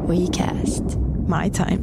WeCast. My time.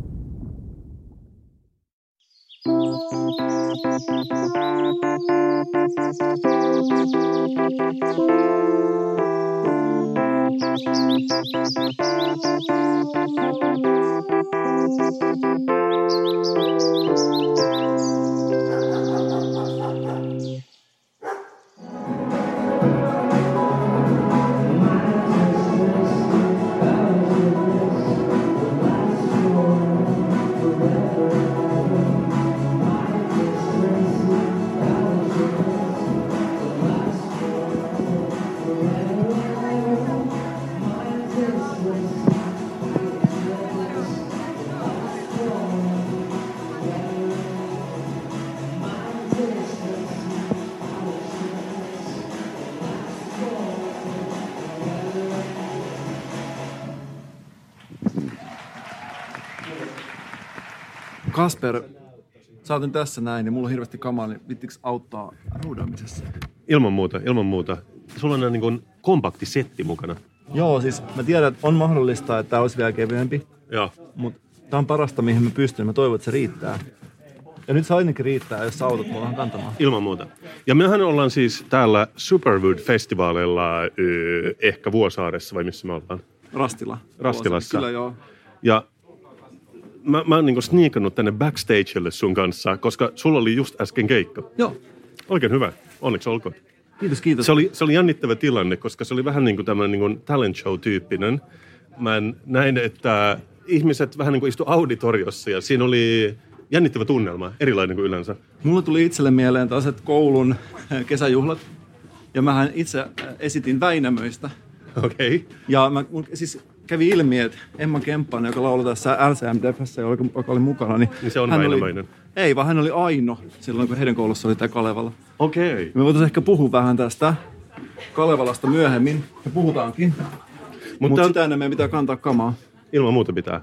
Kasper, sä oot tässä näin ja mulla on hirveästi kamaa, niin vittiks auttaa ruudaamisessa? Ilman muuta. Sulla on niin kuin kompakti setti mukana. Joo, siis mä tiedän, että on mahdollista, että tää olisi vielä kevyempi. Joo. Mutta tää on parasta, mihin mä pystyn. Mä toivon, että se riittää. Ja nyt se ainakin riittää, jos sä autat mulla kantamaan. Ilman muuta. Ja mehän ollaan siis täällä Superwood-festivaalilla ehkä Vuosaaressa, vai missä me ollaan? Rastilassa. Kyllä joo. Ja mä oon niinku sniikannut tänne backstagelle sun kanssa, koska sulla oli just äsken keikka. Joo. Oikein hyvä. Onneksi olkoon. Kiitos. Se oli jännittävä tilanne, koska se oli vähän niin kuin tämmöinen niin kuin talent show-tyyppinen. Mä näin, että ihmiset vähän niin kuin istu auditoriossa ja siinä oli jännittävä tunnelma, erilainen kuin yleensä. Mulla tuli itselle mieleen tällaiset koulun kesäjuhlat. Ja mähän itse esitin Väinämöistä. Okei. Okay. Ja siis kävi ilmi, että Emma Kemppainen, joka lauloi tässä LCMDF:ssä, joka oli mukana, niin se on Väinämöinen. Ei, vaan hän oli Aino silloin, kun heidän koulussa oli tämä Kalevala. Okei. Okay. Me voitaisiin ehkä puhua vähän tästä Kalevalasta myöhemmin. Me puhutaankin. Mutta sitä ennen meidän pitää kantaa kamaa. Ilman muuta pitää.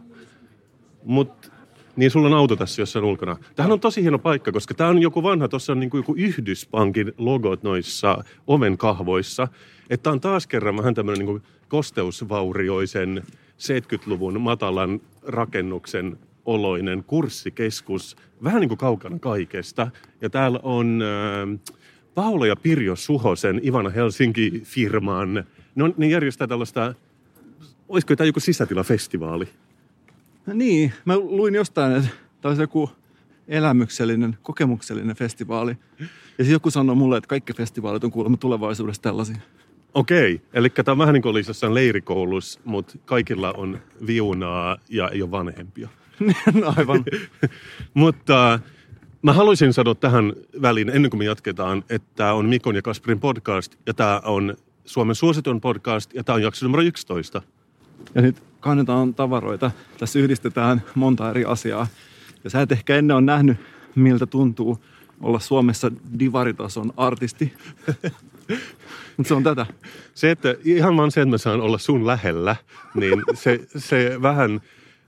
Niin sulla on auto tässä jossain ulkona. Tämähän on tosi hieno paikka, koska tämä on joku vanha, tuossa on niin kuin joku Yhdyspankin logot noissa oven kahvoissa. Että on taas kerran vähän tämmöinen niin kuin kosteusvaurioisen 70-luvun matalan rakennuksen oloinen kurssikeskus. Vähän niin kuin kaukana kaikesta. Ja täällä on Paula ja Pirjo Suhosen Ivana Helsinki-firman. Ne järjestää tällaista, olisiko tämä joku sisätilafestivaali? Niin, mä luin jostain, että tämä olisi joku elämyksellinen, kokemuksellinen festivaali. Ja siis joku sanoi mulle, että kaikki festivaalit on kuulemma tulevaisuudessa tällaisia. Okei, eli tämä on vähän niin kuin olisi jossain leirikoulussa, mutta kaikilla on viunaa ja ei ole vanhempia. Aivan. Mutta mä haluaisin sanoa tähän väliin, ennen kuin me jatketaan, että tämä on Mikon ja Kasperin podcast, ja tämä on Suomen suosituin podcast, ja tämä on jakso numero 11. Ja nyt kannetaan tavaroita. Tässä yhdistetään monta eri asiaa. Ja sä et ehkä ennen ole nähnyt, miltä tuntuu olla Suomessa divaritason artisti. Mutta se on tätä. Se, että ihan vaan se, että mä saan olla sun lähellä, niin se vähän,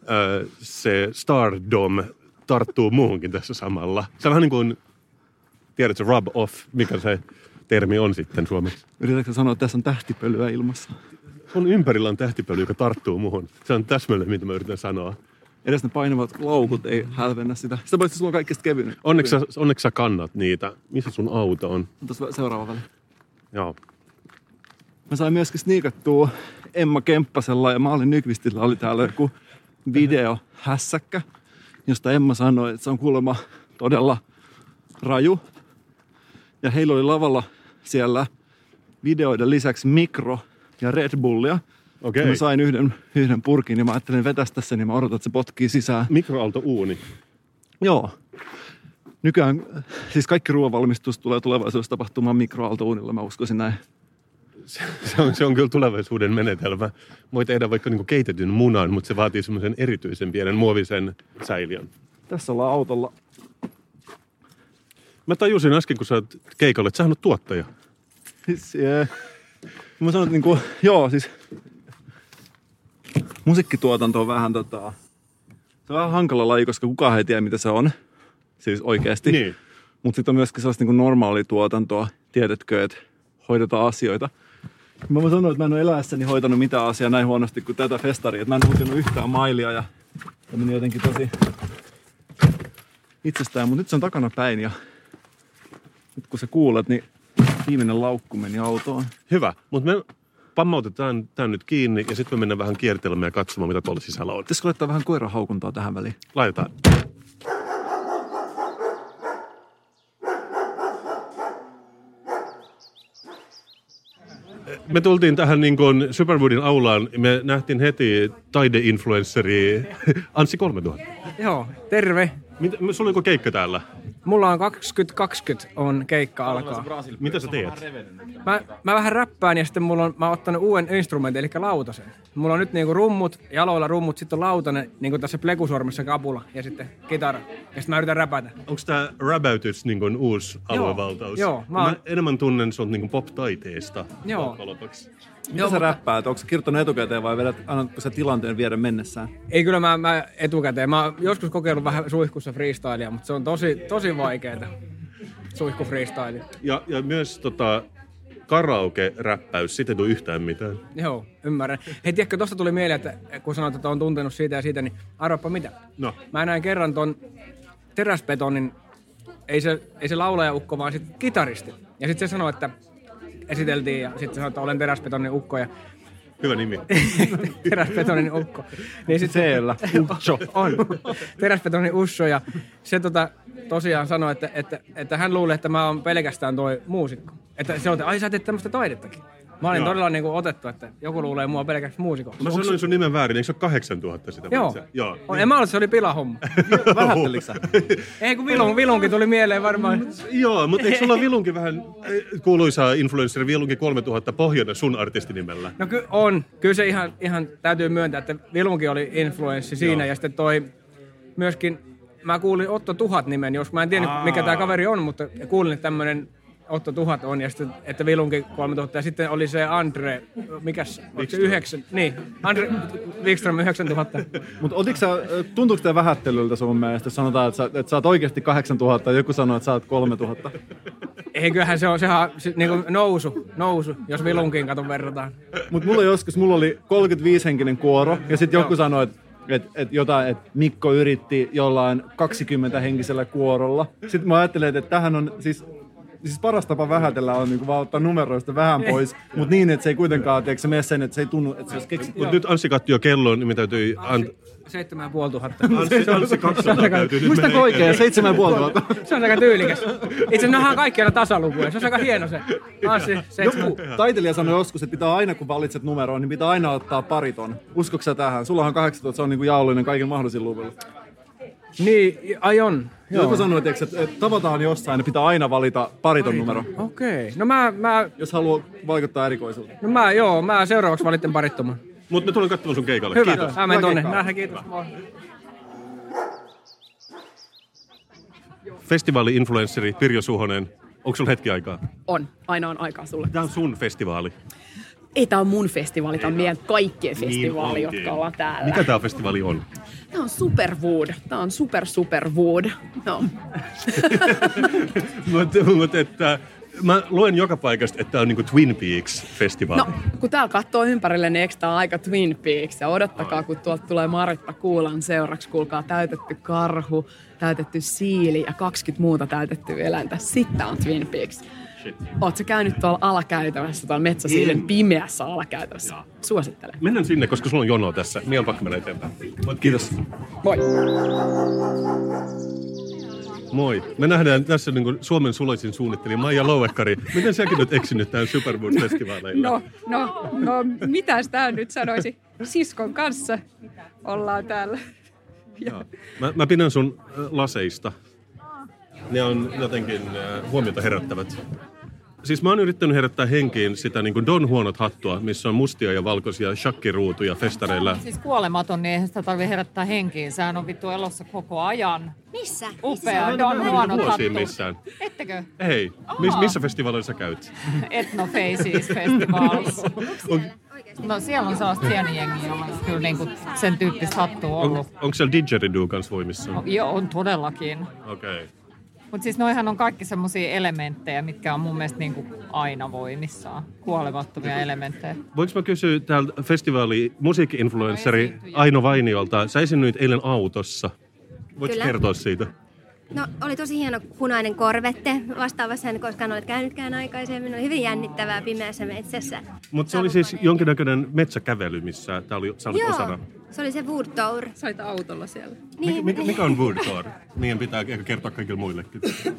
se stardom tarttuu muuhunkin tässä samalla. Se on vähän niin kuin, tiedätkö, rub off, mikä se termi on sitten suomeksi. Yritätkö sanoa, että tässä on tähtipölyä ilmassa? Sun ympärillä on tähtipöly, joka tarttuu muuhun. Se on täsmälleen, mitä mä yritän sanoa. Edes ne painavat laukut ei hälvennä sitä. Sitä paitsi sulla on kaikista kevyinen. Onneksi sä kannat niitä. Missä sun auto on? Tuossa seuraava väli. Joo. Mä sain myöskin sniikattua Emma Kemppasella ja Malin Nykvistillä oli täällä joku videohässäkkä, josta Emma sanoi, että se on kuulemma todella raju. Ja heillä oli lavalla siellä videoiden lisäksi mikro ja Red Bullia. Okei. Mä sain yhden purkin ja mä ajattelin vetästä sen, niin mä odotan, että se potkii sisään. Mikroaaltouuni. Joo. Nykyään siis kaikki ruoanvalmistus tulee tulevaisuudessa tapahtumaan mikroaaltouunilla, mä uskoisin näin. Se on kyllä tulevaisuuden menetelmä. Voi tehdä vaikka niinku keitetyn munan, mutta se vaatii semmoisen erityisen pienen muovisen säiliön. Tässä ollaan autolla. Mä tajusin äsken, kun sä oot keikalla, että sä oot tuottaja. Siis, mä sanon, että siis musiikkituotanto on vähän se on vähän hankala laji, koska kukaan ei tiedä, mitä se on. Siis oikeasti. Niin. Mutta sitten on myöskin sellaista normaalia tuotantoa, tiedätkö, että hoidetaan asioita. Mä voin sanoa, että mä en ole eläessäni hoitanut mitään asiaa näin huonosti kuin tätä festaria. Että mä en huutinut yhtään mailia ja meni jotenkin tosi itsestään. Mutta nyt se on takana päin ja nyt kun sä kuulet, niin viimeinen laukku meni autoon. Hyvä, mutta me pammautetaan tämän nyt kiinni ja sitten me mennään vähän kiertelemään ja katsomaan, mitä tuolla sisällä on. Pitäisikö laittaa vähän koirahaukuntaa tähän väliin? Laitetaan. Me tultiin tähän niin kuin Superwoodin aulaan. Me nähtiin heti taideinfluensseri Anssi 3000. Joo, terve. Sulla on joku keikka täällä? Mulla on 2020 on keikka alkaa. Mitä sä teet? Mä vähän räppään ja sitten mä oon ottanut uuden instrumentin, eli lautasen. Mulla on nyt niinku rummut, jaloilla rummut, sitten on lautanen, niinku tässä plekusormessa kapula ja sitten kitara. Ja sitten mä yritän räpätä. Onko tää räbäytys niin kuin uusi aluevaltaus? Joo. Mä enemmän tunnen sut niin kuin pop-taiteesta. Joo. Mitä sä räppäät? Onko sä kirjoittanut etukäteen vai annatko sä tilanteen viedä mennessään? Ei kyllä mä etukäteen. Mä oon joskus kokeillut vähän suihkussa freestylea, mutta se on tosi vaikeeta. Suihku freestyle. Ja myös karaoke-räppäys, siitä ei tule yhtään mitään. Joo, ymmärrän. Hei, tiedätkö, tosta tuli mieleen, että kun sanoit, että on tuntenut siitä ja siitä, niin arvopa mitä. No. Mä näin kerran ton teräsbetonin, ei se laulajaukko, vaan sit kitaristi. Ja sit se sanoi, että esiteltiin ja sitten sanoi, että olen teräsbetonin ukko ja hyvä nimi. Teräsbetonin ukko. Niin sit Seellä. Ucho. On. Teräsbetonin usso ja se tosiaan sanoi, että hän luulee, että mä oon pelkästään toi muusikko. Että se on, että ai sä teet tämmöistä taidettakin. Mä olin todella niinku otettu, että joku luulee mua pelkästään muusikoksi. Mä sanoin sun nimen väärin, eikö se ole 8000 sitä? Joo. En mä ollut, se oli pilahomma. Vähättelikö sä? Ei kun Vilunkin tuli mieleen varmaan. Joo, mutta eikö sulla Vilunkin vähän kuuluisa influencer Vilunkin 3000 pohjana sun artistinimellä? No on. Kyllä se ihan täytyy myöntää, että Vilunkin oli influenssi siinä. Ja sitten toi myöskin, mä kuulin Otto 1000 nimen, jos mä en tiedä mikä tää kaveri on, mutta kuulin, että tämmönen Otto 1000 on ja sitten, että Vilunkin 3000 ja sitten oli se Andre, mikäs? Niin, Andre Wikström 9000. Mutta tuntuuko tämä vähättelyltä sun mielestä, jos sanotaan, että sä oot oikeasti 8000 ja joku sanoo, että sä oot 3000? Ei, kyllähän sehän niinku nousu, jos Vilunkin katon verrataan. Mutta mulla oli 35-henkinen kuoro ja sitten joku sanoi, että Mikko yritti jollain 20-henkisellä kuorolla. Sitten mä ajattelin, että tämähän on siis paras tapa vähätellä on niinku vaan ottaa numeroista vähän pois, mutta niin, että se ei kuitenkaan mene sen, että se ei tunnu, että se olisi keksitty. Mutta nyt Anssi katsoi jo kelloon, niin me täytyy 7500. Anssi 200 täytyy nyt muistatko oikein? 7500. Se on aika tyylikäs. Itse asiassa ne on kaikki aina tasalukuja. Se on aika hieno se. Anssi, 7. Joku taiteilija sanoi joskus, että pitää aina kun valitset numeroon, niin pitää aina ottaa pariton. Uskotko sä tähän? Sulla on 8000, se on niinku jaollinen kaikilla mahdollisilla luvuilla. Niin, aion. Joku sanoi, että tavataan jossain, niin pitää aina valita pariton numero. Okei. No mä... Jos haluaa vaikuttaa erikoiselta. No mä seuraavaksi valitten parittoman. Mutta me tulen katsomaan sun keikalle. Hyvä. Kiitos. Mä menen tonne. Nähdään, kiitos. Festivaali-influensseri Pirjo Suhonen. Onko sulla hetki aikaa? On. Aina on aikaa sulle. Tämä on sun festivaali. Ei tää on mun festivaali, tää on meidän kaikkien festivaali, niin jotka ollaan täällä. Mikä tää festivaali on? Tää on Superwood. Tää on Superwood. No. Mutta että mä luen joka paikasta, että tää on niinku Twin Peaks-festivaali. No, kun täällä katsoo ympärille, niin eikö tää on aika Twin Peaks? Ja odottakaa, kun tuolta tulee Maritta Kuulan seuraksi. Kuulkaa, täytetty karhu, täytetty siili ja 20 muuta täytettyä eläintä. Sitten on Twin Peaks. Oot sä käynyt tuolla alakäytävässä, tuolla metsäsiilen pimeässä alakäytävässä? Suosittelen. Mennään sinne, koska sulla on jono tässä. Niin on pakko mennä eteenpäin. Kiitos. Moi. Moi. Me nähdään tässä niin kuin Suomen suloisin suunnittelija Maija Louekkari. Miten säkin olet eksynyt tähän Superwood-festivaaleilla? No, mitäs tää nyt sanoisi? Siskon kanssa ollaan täällä. Mä pidän sun laseista. Ne on jotenkin huomiota herättävät. Siis mä oon yrittänyt herättää henkiin sitä niin kuin Don Huonot hattua, missä on mustia ja valkoisia shakkiruutuja festareilla. Siis kuolematon, niin eihän sitä tarvitse herättää henkiin. Sehän on vittu elossa koko ajan. Missä? Upea Don Huonot hattu. Missään. Ettekö? Ei. Missä festivaalilla sä käyt? Ethno Faces Festivals. No siellä on sellaista pieni jengi, jolla on kyllä niinku sen tyyppistä hattua ollut. Onko siellä didgeridoo kanssa voimissa? Joo, on todellakin. Okei. Mutta siis noihan on kaikki semmoisia elementtejä, mitkä on mun mielestä niin kuin aina voimissaan. Kuolemattomia elementtejä. Voinko mä kysyä täältä festivaali musiikki-influenssari Aino Vainiolta? Sä esiinnyit eilen autossa. Voitko kertoa siitä? No, oli tosi hieno punainen Corvette. Vastaavassa en koskaan ole käynytkään aikaisemmin. Oli hyvin jännittävää pimeässä metsässä. Mutta se oli siis jonkinnäköinen metsäkävely, missä sä olit osana. Se oli se Wood Tour. Sait autolla siellä. Niin, mikä on Wood Tour? Niiden pitää ehkä kertoa kaikille muillekin.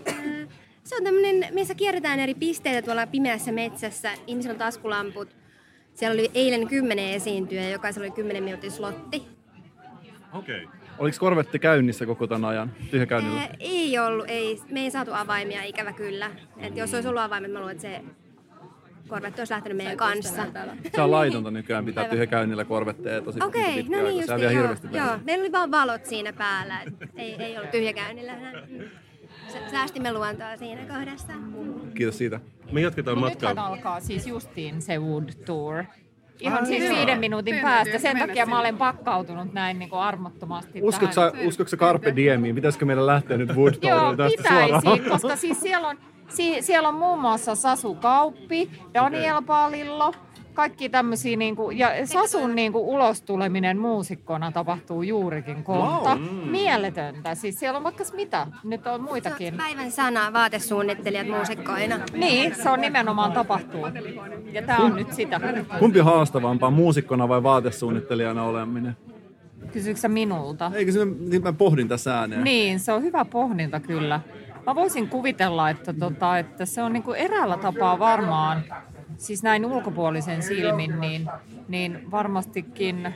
Se on tämmöinen, missä kierretään eri pisteitä tuolla pimeässä metsässä. Ihmisillä on taskulamput. Siellä oli eilen 10 esiintyjää ja jokaisella oli 10 minuutin slotti. Okei. Oliko Corvette käynnissä koko tämän ajan, tyhjäkäynnillä? Ei ollut, me ei saatu avaimia, ikävä kyllä. Et jos olisi ollut avaimet, mä luulen, että se Corvette olisi lähtenyt meidän kanssa. Se on laitonta nykyään pitää tyhjäkäynnillä Corvetteja tosi Okei, no niin just joo. Meillä oli vaan valot siinä päällä, ei ollut tyhjäkäynnillä. Säästimme luontoa siinä kohdassa. Kiitos siitä. Me jatketaan matkaa. Nythän alkaa siis justiin se Wood Tour. Ihan siis 5 minuutin päästä. Sen takia mä olen pakkautunut näin niin kuin armottomasti Uskotko sä Carpe Diemiin? Pitäisikö meidän lähteä nyt Wood Tourille tästä suoraan? Joo, pitäisi, koska siis siellä on muun muassa Sasu Kauppi, Daniel Palillo, kaikki tämmöisiä, niinku, ja Sasun niinku ulostuleminen muusikkona tapahtuu juurikin kohta. Mieletöntä. Siis siellä on vaikka mitä. Nyt on muitakin. Se on päivän sana, vaatesuunnittelijat muusikkoina. Niin, se on nimenomaan tapahtuu. Ja tää on nyt sitä. Kumpi haastavampaa, muusikkona vai vaatesuunnittelijana oleminen? Kysyykö sä minulta? Eikö se, niin mä pohdin tässä ääneen. Niin, se on hyvä pohdinta kyllä. Mä voisin kuvitella, että se on niinku eräällä tapaa varmaan, siis näin ulkopuolisen silmin, niin varmastikin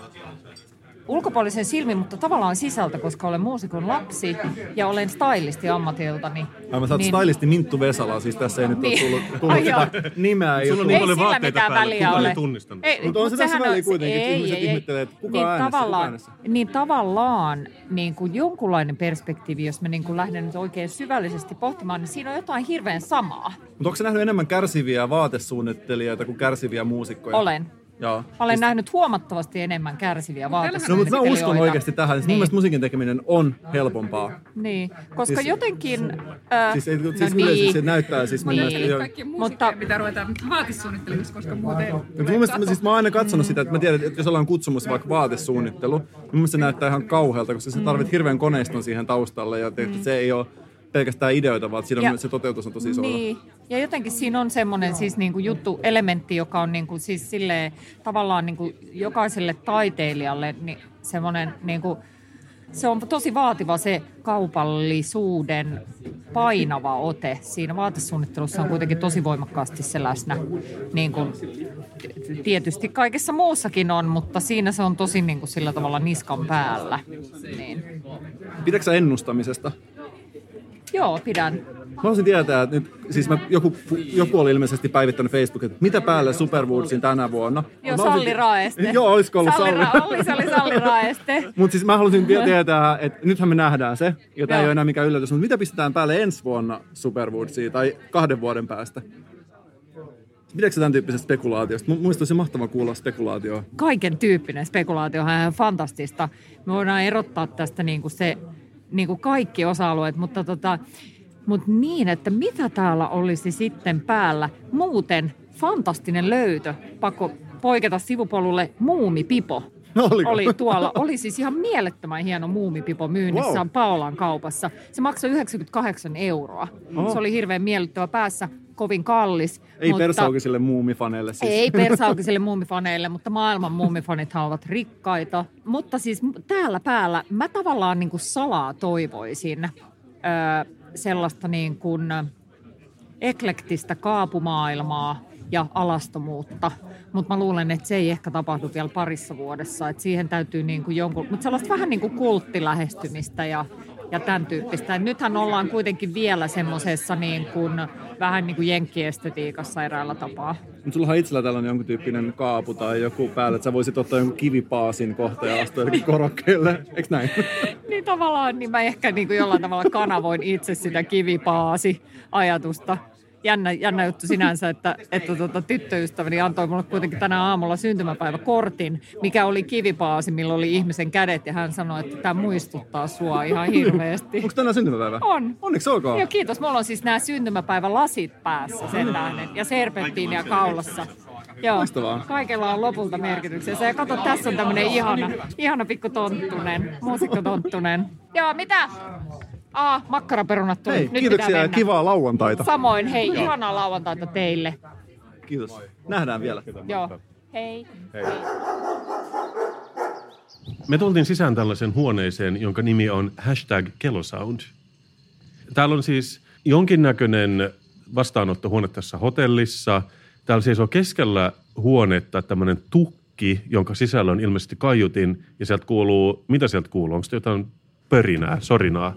ulkopuolisen silmin, mutta tavallaan sisältä, koska olen muusikon lapsi ja olen stylisti ammatiltani. Sä oot stylisti Minttu Vesala, siis tässä ei nyt ole tullut sitä nimeä. Sulla on niin paljon vaatteita päällä, kukaan ei tunnistanut. Mutta on se tässä väliä kuitenkin, että ihmiset ihmettelee, että kuka äänessä. Niin tavallaan niin kuin jonkunlainen perspektiivi, jos mä niin kuin lähden nyt oikein syvällisesti pohtimaan, niin siinä on jotain hirveän samaa. Mutta onko sä nähnyt enemmän kärsiviä vaatesuunnittelijoita kuin kärsiviä muusikkoja? Olen. Joo. Olen nähnyt huomattavasti enemmän kärsiviä vaatesuunnittelijoita. No, mutta mä uskon oikeasti tähän. Niin. Mun mielestä musiikin tekeminen on helpompaa. Niin, koska siis, jotenkin... siis yleisesti se näyttää siis mun mielestä... Kaikkien muusikkeen pitää ruveta vaatesuunnittelijoiksi, koska muuten... Mun mielestä mä oon aina katsonut sitä, että mä tiedän, että jos ollaan kutsumassa vaikka vaatesuunnittelu, niin mun mielestä se näyttää ihan kauhealta, koska sä tarvit hirveän koneiston siihen taustalle ja se ei ole pelkästään ideoita, vaan siinä se toteutus on tosi iso. Niin. Ja jotenkin siinä on semmoinen siis niinku juttu, elementti, joka on niinku siis silleen, tavallaan niinku jokaiselle taiteilijalle niin semmoinen, niinku, se on tosi vaativa se kaupallisuuden painava ote. Siinä vaatesuunnittelussa on kuitenkin tosi voimakkaasti se läsnä. Niin kuin, tietysti kaikessa muussakin on, mutta siinä se on tosi niin kuin sillä tavalla niskan päällä. Niin. Pidätkö sä ennustamisesta? Joo, pidän. Mä haluaisin tietää, että nyt, siis joku oli ilmeisesti päivittänyt Facebookin, että mitä päälle Superwoodsin tänä vuonna. Joo, Salli Raeste. Joo, olisiko ollut Salli? Se oli Salli Raeste. Mutta siis mä haluaisin tietää, että nythän me nähdään se, ja tämä ei ole enää mikään yllätys, mutta mitä pistetään päälle ensi vuonna Superwoodsiin tai 2 vuoden päästä? Pidätkö tämän tyyppisestä spekulaatiosta? Mun mielestä olisi mahtavaa kuulla spekulaatioa. Kaiken tyyppinen spekulaatio on ihan fantastista. Me voidaan erottaa tästä niinku se, niinku kaikki osa-alueet, mutta niin, että mitä täällä olisi sitten päällä. Muuten fantastinen löytö. Pakko poiketa sivupolulle Muumipipo. Oli tuolla. Oli siis ihan mielettömän hieno Muumipipo myynnissä Paolan kaupassa. Se maksoi 98 €. Se oli hirveän miellyttävä päässä. Kovin kallis. Ei persaukisille muumifaneille siis. Ei persaukisille muumifaneille, mutta maailman muumifanithan ovat rikkaita. Mutta siis täällä päällä mä tavallaan niin kuin salaa toivoisin sellaista niin kuin eklektistä kaapumaailmaa ja alastomuutta. Mutta mä luulen, että se ei ehkä tapahdu vielä parissa vuodessa. Että siihen täytyy niin kuin mutta sellaista vähän niin kuin kulttilähestymistä ja tämän tyyppistä. Nythän ollaan kuitenkin vielä semmoisessa niin kuin, vähän niin kuin jenkkiestetiikassa eräällä tapaa. Mutta sullahan itsellä tällainen jonkun tyyppinen kaapu tai joku päällä, että sä voisit ottaa jonkun kivipaasin kohta ja astua jotenkin korokkeelle. Eikö näin? Niin tavallaan, niin mä ehkä niin kuin jollain tavalla kanavoin itse sitä kivipaasi-ajatusta. jännä juttu sinänsä, että tyttöystäväni antoi mulle kuitenkin tänä aamulla syntymäpäiväkortin, mikä oli kivipaasi, millä oli ihmisen kädet, ja hän sanoi, että tämä muistuttaa sua ihan hirveästi. Onko tänään syntymäpäivä? On. Onneksi olkoon. Joo, kiitos. Mulla on siis nämä syntymäpäivälasit päässä sen tähden, ja serpenttiinia kaulassa. Joo, loistavaa. Kaikella on lopulta merkityksessä. Ja kato, tässä on tämmönen ihana pikku tonttunen, muusikkotonttunen. Joo, mitä? Makkaraperunat tuli. Hei, nyt kiitoksia ja kivaa lauantaita. Samoin, hei, ihanaa lauantaita teille. Kiitos. Nähdään vielä. Joo, hei. Me tultiin sisään tällaisen huoneeseen, jonka nimi on #Kellosound. Täällä on siis jonkinnäköinen vastaanottohuone tässä hotellissa. Täällä siis on keskellä huonetta tämmöinen tukki, jonka sisällä on ilmeisesti kaiutin. Ja sieltä kuuluu, mitä sieltä kuuluu? Onko jotain pörinää, sorinaa?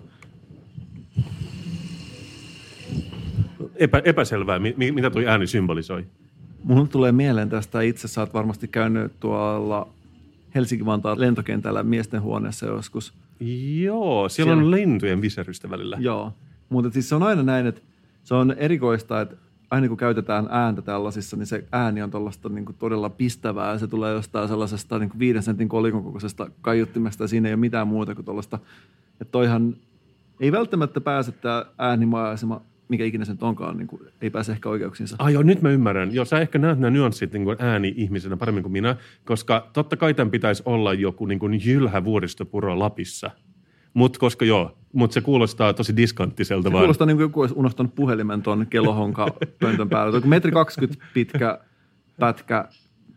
Epäselvää, mitä tuo ääni symbolisoi? Mulle tulee mieleen tästä itse, sä oot varmasti käynyt tuolla Helsinki-Vantaan lentokentällä miesten huoneessa joskus. Joo, siellä on lentojen viserystä välillä. Joo, mutta siis se on aina näin, että se on erikoista, että aina kun käytetään ääntä tällaisissa, niin se ääni on tuollaista niin kuin todella pistävää. Ja se tulee jostain sellaisesta niin kuin 5 sentin kolikon kokoisesta kaiuttimesta ja siinä ei ole mitään muuta kuin tuollaista. Että toihan ei välttämättä pääse tämä äänimaisema, mikä ikinä se nyt onkaan, niin kuin, ei pääse ehkä oikeuksiinsa. Joo, nyt mä ymmärrän. Joo, sä ehkä näet nämä nyanssit niin kuin ääni-ihmisenä paremmin kuin minä, koska totta kai tämän pitäisi olla joku niin kuin jylhä vuoristopuro Lapissa. Mutta se kuulostaa tosi diskanttiselta. Se kuulostaa niin kuin joku olisi unohtanut puhelimen tuon kellohonka-pöntön päällä. 1,20 metriä pitkä pätkä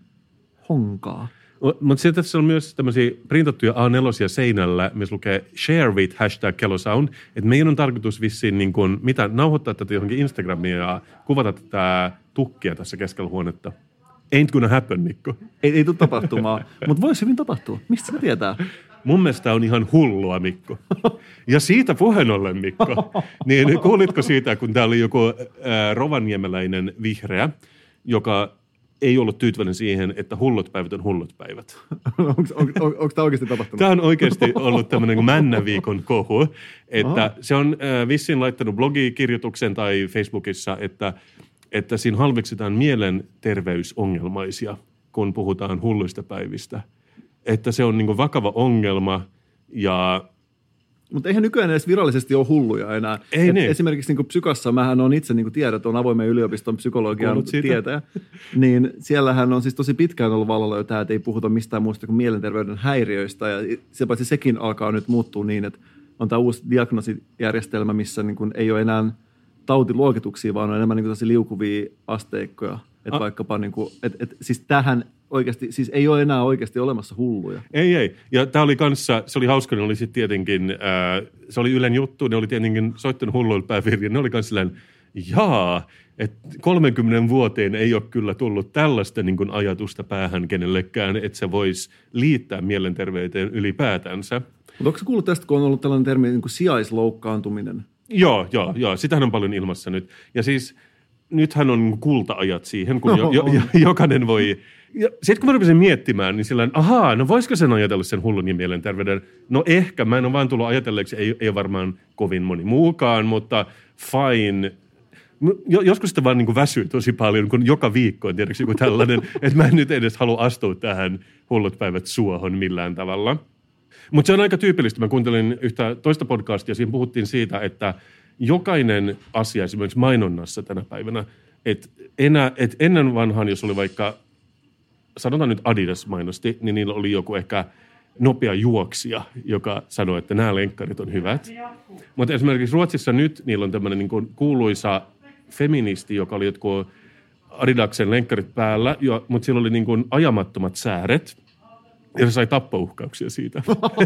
honkaa. Mutta sitten tässä on myös tämmöisiä printattuja A4 seinällä, missä lukee share with #Kellosound. Että meidän on tarkoitus vissiin niin kuin, nauhoittaa tätä johonkin Instagramia ja kuvata tätä tukkia tässä keskellä huonetta. Ain't gonna happen, Mikko. Ei tule tapahtumaan, mutta voisi hyvin tapahtua. Mistä se tietää? Mun mielestä on ihan hullua, Mikko. Ja siitä puheen ollen, Mikko. Niin kuulitko siitä, kun täällä oli joku rovaniemeläinen vihreä, joka ei ollut tyytyväinen siihen, että hullut päivät on hullut päivät. Onko tämä oikeasti tapahtunut? Tämä on oikeasti ollut tämmöinen kuin Männäviikon kohu. Että se on vissiin laittanut blogikirjoituksen tai Facebookissa, että siinä halveksitaan mielenterveysongelmaisia, kun puhutaan hulluista päivistä. Että se on niin kuin vakava ongelma ja... Mutta eihän nykyään edes virallisesti ole hulluja enää. Ei niin. Esimerkiksi niin Psykassa, mähän on itse niin tiedät, on avoimen yliopiston psykologian tietäjä. Niin siellähän on siis tosi pitkään ollut vallalla jo tämä, että ei puhuta mistään muusta kuin mielenterveyden häiriöistä. Ja se paitsi sekin alkaa nyt muuttua niin, että on tämä uusi diagnoosijärjestelmä, missä niin kuin ei ole enää tautiluokituksia, vaan on enemmän niin kuin liukuvia asteikkoja. Että vaikkapa niin kuin, siis tähän... Oikeasti, siis ei ole enää oikeasti olemassa hulluja. Ei. Ja tämä oli kanssa, se oli hauska, ne oli sitten tietenkin, se oli Ylen juttu, ne oli tietenkin soittanut hulluilla päiviin, ja ne oli kanssa silleen, että 30 vuoteen ei ole kyllä tullut tällaista niin kuin ajatusta päähän kenellekään, että se voisi liittää mielenterveyteen ylipäätänsä. Mutta onko se kuullut tästä, kun on ollut tällainen termi niin kuin sijaisloukkaantuminen? Joo, sitähän on paljon ilmassa nyt. Ja siis nythän on kulta-ajat siihen, kun jokainen voi... Ja sitten kun mä rupesin miettimään, niin sillä no voisiko sen ajatella sen hullun ja mielenterveyden? No ehkä, mä en ole vaan tullut ajatelleeksi, ei ole varmaan kovin moni muukaan, mutta fine. Joskus sitä vaan niin kuin väsyy tosi paljon, kun joka viikko on tiedätkö joku tällainen, että mä en nyt edes halua astua tähän hullut päivät suohon millään tavalla. Mutta se on aika tyypillistä. Mä kuuntelin yhtä toista podcastia, siinä puhuttiin siitä, että jokainen asia esimerkiksi mainonnassa tänä päivänä, että ennen vanhaan, jos oli vaikka sanotaan nyt Adidas mainosti, niin niillä oli joku ehkä nopea juoksija, joka sanoi, että nämä lenkkarit on hyvät. Mutta esimerkiksi Ruotsissa nyt niillä on tämmöinen niin kuin kuuluisa feministi, joka oli jotkut Adidaksen lenkkarit päällä, mutta sillä oli niin kuin ajamattomat sääret. Ja se sai tappouhkauksia siitä.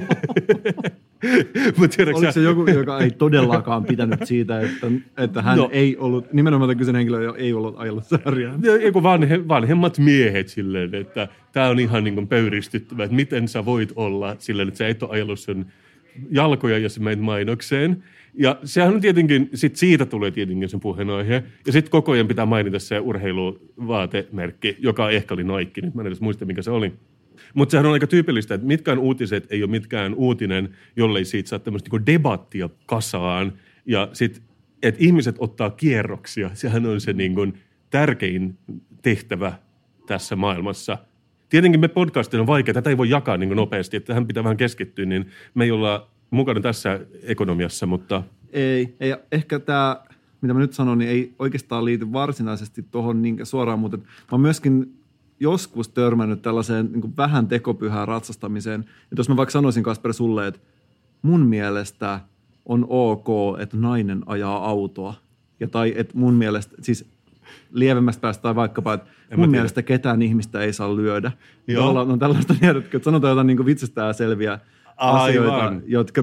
Oliko se joku, joka ei todellakaan pitänyt siitä, että hän ei ollut, nimenomaan tämän kyseinen henkilö ei ollut ajellut sääriä? Joku vanhemmat miehet silleen, että tämä on ihan niin kuin pöyristyttävä, että miten sä voit olla silleen, että sä et ole ajellut sen jalkoja, jos menet mainokseen. Ja sehän on tietenkin, siitä tulee tietenkin sen puheenaihe. Ja sitten koko ajan pitää mainita se urheiluvaatemerkki, joka ehkä oli Nike, nyt mä en edes muista, mikä se oli. Mutta sehän on aika tyypillistä, että mitkään uutiset ei ole mitkään uutinen, jollei siitä saa tämmöistä niin debattia kasaan. Ja sitten että ihmiset ottaa kierroksia. Sehän on se niin kuin tärkein tehtävä tässä maailmassa. Tietenkin me podcastina on vaikea, tätä ei voi jakaa niin kuin nopeasti, että tähän pitää vähän keskittyä, niin me ei olla mukana tässä ekonomiassa, mutta... Ei. Ehkä tämä, mitä mä nyt sanon, niin ei oikeastaan liity varsinaisesti tuohon niin suoraan, mutta mä oon myöskin joskus törmännyt tällaiseen niin kuin vähän tekopyhään ratsastamiseen. Että jos mä vaikka sanoisin, Kasper, sulle, että mun mielestä on ok, että nainen ajaa autoa. Tai että mun mielestä, siis lievemmästä päästä tai vaikkapa, että mun mielestä ketään ihmistä ei saa lyödä. On tällaista tiedätkö, että sanotaan jotain niin kuin itsestään selviä asioita, jotka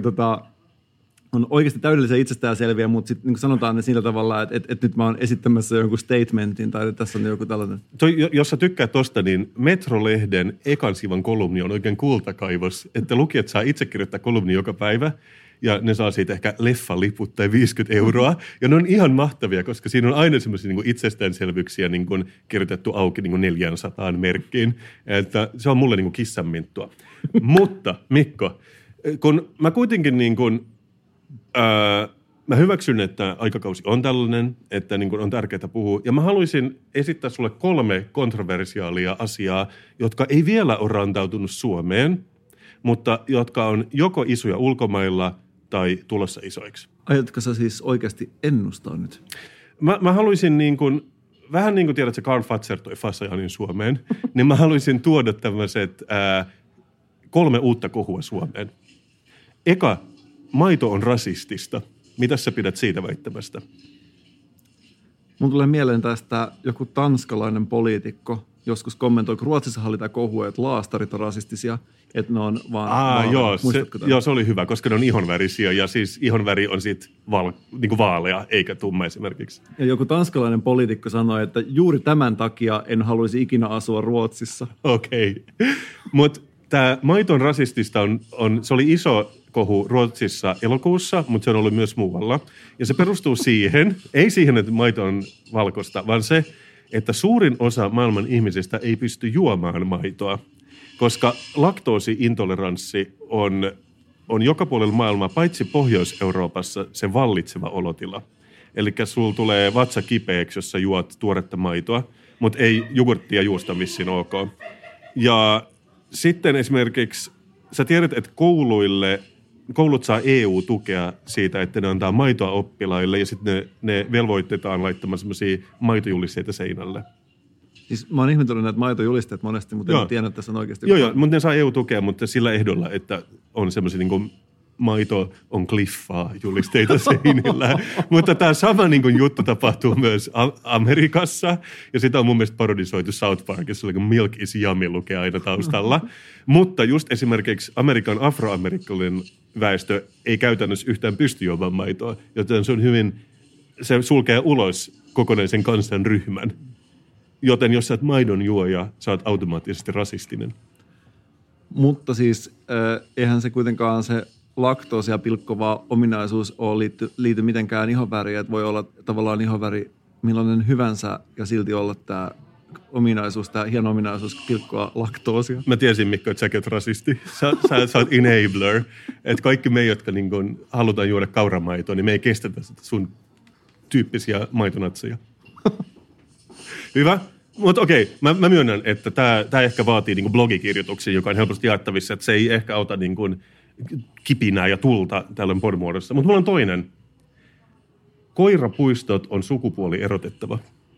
on oikeasti täydellisiä itsestäänselviä, mutta sitten niin sanotaan ne sillä tavalla, että nyt mä oon esittämässä jonkun statementin tai tässä on joku tällainen. Jos sä tykkäät tosta, niin Metro-lehden ekan sivan kolumni on oikein kultakaivos, että lukijat saa itse kirjoittaa kolumni joka päivä ja ne saa siitä ehkä leffaliput tai 50 €. Ja ne on ihan mahtavia, koska siinä on aina semmoisia niin kuin itsestäänselvyyksiä niin kuin kirjoitettu auki niin kuin 400 merkkiin. Että se on mulle niin kuin kissanminttua. Mutta Mikko, kun mä kuitenkin niin kuin mä hyväksyn, että aikakausi on tällainen, että niin kuin on tärkeää puhua. Ja mä haluaisin esittää sulle 3 kontroversiaalia asiaa, jotka ei vielä ole rantautunut Suomeen, mutta jotka on joko isoja ulkomailla tai tulossa isoiksi. Aiotko sä siis oikeasti ennustaa nyt? Mä haluaisin niin kuin, vähän niin kuin tiedät, että Carl Fatser toi Fasajanin Suomeen, niin mä haluaisin tuoda tämmöiset 3 uutta kohua Suomeen. Eka, maito on rasistista. Mitä sä pidät siitä väittämästä? Mun tulee mieleen tästä joku tanskalainen poliitikko joskus kommentoi, kun Ruotsissa oli tämä kohu, että laastarit on rasistisia, että ne on vaan joo, se oli hyvä, koska ne on ihonvärisiä ja siis ihonväri on sitten niin vaalea eikä tumma esimerkiksi. Ja joku tanskalainen poliitikko sanoi, että juuri tämän takia en haluaisi ikinä asua Ruotsissa. Okei. Mutta tämä maito on rasistista se oli iso kohu Ruotsissa elokuussa, mutta se on ollut myös muualla. Ja se perustuu siihen, ei siihen, että maito on valkoista, vaan se, että suurin osa maailman ihmisistä ei pysty juomaan maitoa, koska laktoosiintoleranssi on joka puolella maailmaa, paitsi Pohjois-Euroopassa, se vallitseva olotila. Eli sulla tulee vatsa kipeäksi, jos sä juot tuoretta maitoa, mutta ei jogurttia juusta vissiin ok. Ja sitten esimerkiksi, sä tiedät, että koulut saa EU-tukea siitä, että ne antaa maitoa oppilaille ja sitten ne velvoitetaan laittamaan semmoisia maitojulisteita seinälle. Siis mä oon ihmetellyt näitä maitojulisteet monesti, mutta en tiedä, että tässä on oikeasti... Joo, mutta ne saa EU-tukea, mutta sillä ehdolla, että on semmoisia niin kuin maito on kliffaa julisteita seinillä. Mutta tämä sama niin kuin juttu tapahtuu myös Amerikassa. Ja sitä on mun mielestä parodisoitu South Parkissa, eli Milk is yummy lukee aina taustalla. Mutta just esimerkiksi Amerikan afroamerikkalainen väestö ei käytännössä yhtään pysty juomaan maitoa. Joten se sulkee ulos kokonaisen kansanryhmän. Joten jos sä oot maidon juoja, sä oot automaattisesti rasistinen. Mutta siis eihän se kuitenkaan se laktoosia pilkkova ominaisuus ole liity mitenkään ihonväriin, että voi olla tavallaan ihonväri millainen hyvänsä ja silti olla tämä ominaisuus, tämä hieno ominaisuus pilkkoa laktoosia. Mä tiesin, Mikko, että säkin oot rasisti. Sä oot enabler. Että kaikki me, jotka niin kun halutaan juoda kauramaitoa, niin me ei kestetä sun tyyppisiä maitonatseja. Hyvä. Mutta okei, mä myönnän, että tämä ehkä vaatii niin blogikirjoituksia, joka on helposti jaettavissa, että se ei ehkä auta niin kuin kipinää ja tulta tällöin podmuodossa. Mutta mulla on toinen. Koirapuistot on sukupuoli erotettava.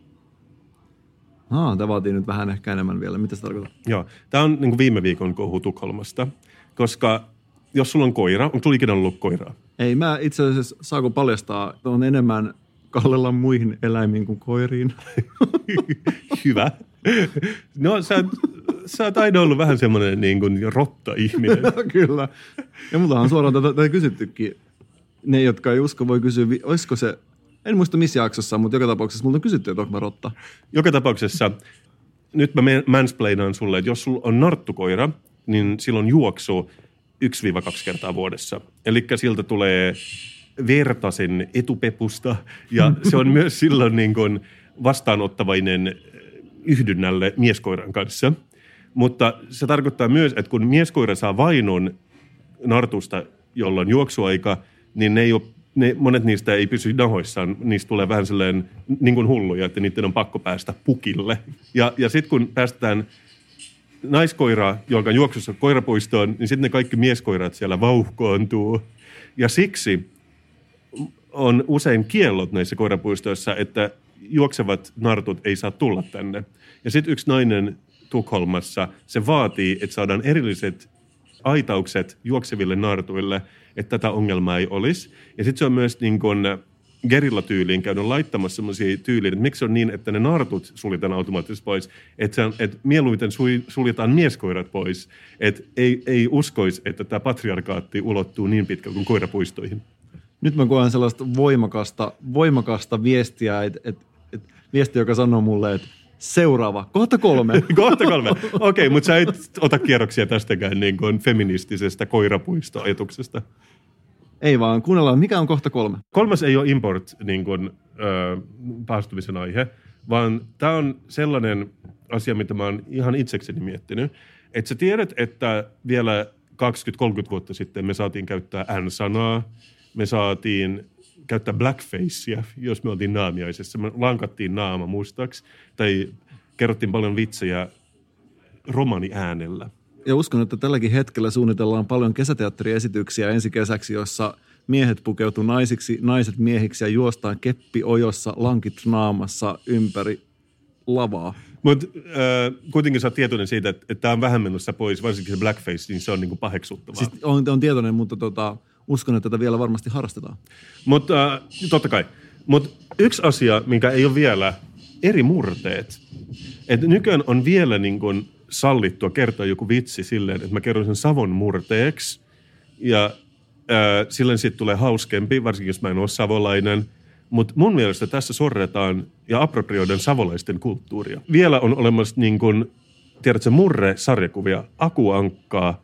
Tämä vaatii nyt vähän ehkä enemmän vielä. Mitä se tarkoittaa? Joo, tämä on niin kuin viime viikon kohu Tukholmasta, koska jos sulla on koira, onko sulla ikinä ollut koiraa? Ei, mä itse asiassa saako paljastaa, että on enemmän kallella muihin eläimiin kuin koiriin. Hyvä. No sä oot aina ollut vähän semmoinen niin kuin rotta-ihminen. Kyllä. Ja multahan suoraan tätä kysyttykin. Ne, jotka ei usko, voi kysyä, olisiko se, en muista missä jaksossa, mutta joka tapauksessa multa on kysytty, että onko mä rotta. Joka tapauksessa, nyt mä mansplainaan sulle, että jos sulla on narttukoira, niin silloin juoksu 1-2 kertaa vuodessa. Eli siltä tulee verta sen etupepusta ja se on myös silloin niin kuin vastaanottavainen yhdynnälle mieskoiran kanssa. Mutta se tarkoittaa myös, että kun mieskoira saa vainon nartusta, jolla on juoksuaika, niin ne ei ole monet niistä ei pysy nahoissaan, niistä tulee vähän sellainen niin kuin hulluja, että niiden on pakko päästä pukille. Ja sitten kun päästään naiskoiraa, joka on juoksussa koirapuistoon, niin sitten ne kaikki mieskoirat siellä vauhkoontuu. Ja siksi on usein kiellot näissä koirapuistoissa, että juoksevat nartut ei saa tulla tänne. Ja sitten yksi nainen Tukholmassa, se vaatii, että saadaan erilliset aitaukset juokseville nartuille, että tätä ongelmaa ei olisi. Ja sitten se on myös niin kuin gerillatyyliin käynyt laittamassa sellaisia tyyliin, että miksi on niin, että ne nartut suljetaan automaattisesti pois, että mieluiten suljetaan mieskoirat pois, että ei uskoisi, että tämä patriarkaatti ulottuu niin pitkälle kuin koirapuistoihin. Nyt mä koen sellaista voimakasta viestiä, viestiä, joka sanoo mulle, että seuraava, kohta 3. Kohta 3. Okei, mutta sä et ota kierroksia tästäkään niin kuin feministisestä koirapuistoajatuksesta. Ei vaan, kuunnellaan, mikä on kohta 3? 3 ei ole import niin kuin, paastumisen aihe, vaan tämä on sellainen asia, mitä mä oon ihan itsekseni miettinyt. Että sä tiedät, että vielä 20-30 vuotta sitten me saatiin käyttää N-sanaa, me saatiin käyttää blackfacea, jos me oltiin naamiaisessa. Me lankattiin naama mustaksi tai kerrottiin paljon vitsejä romaniäänellä. Ja uskon, että tälläkin hetkellä suunnitellaan paljon kesäteatteriesityksiä ensi kesäksi, jossa miehet pukeutuu naisiksi, naiset miehiksi ja juostaan keppi ojossa, lankit naamassa ympäri lavaa. Mutta kuitenkin sä oot tietoinen siitä, että tämä on vähän menossa pois, varsinkin se blackface, niin se on niinku paheksuttavaa. Siis on tietoinen, mutta uskon, että tätä vielä varmasti harrastetaan. Mutta totta kai. Mutta yksi asia, minkä ei ole vielä, eri murteet. Että nykyään on vielä niin kuin sallittua kertoa joku vitsi silleen, että mä kerron sen Savon murteeksi. Ja silleen siitä tulee hauskempi, varsinkin jos mä en ole savolainen. Mutta mun mielestä tässä sorretaan ja approprioidaan savolaisten kulttuuria. Vielä on olemassa niin kuin, tiedätkö, murre-sarjakuvia, Akuankkaa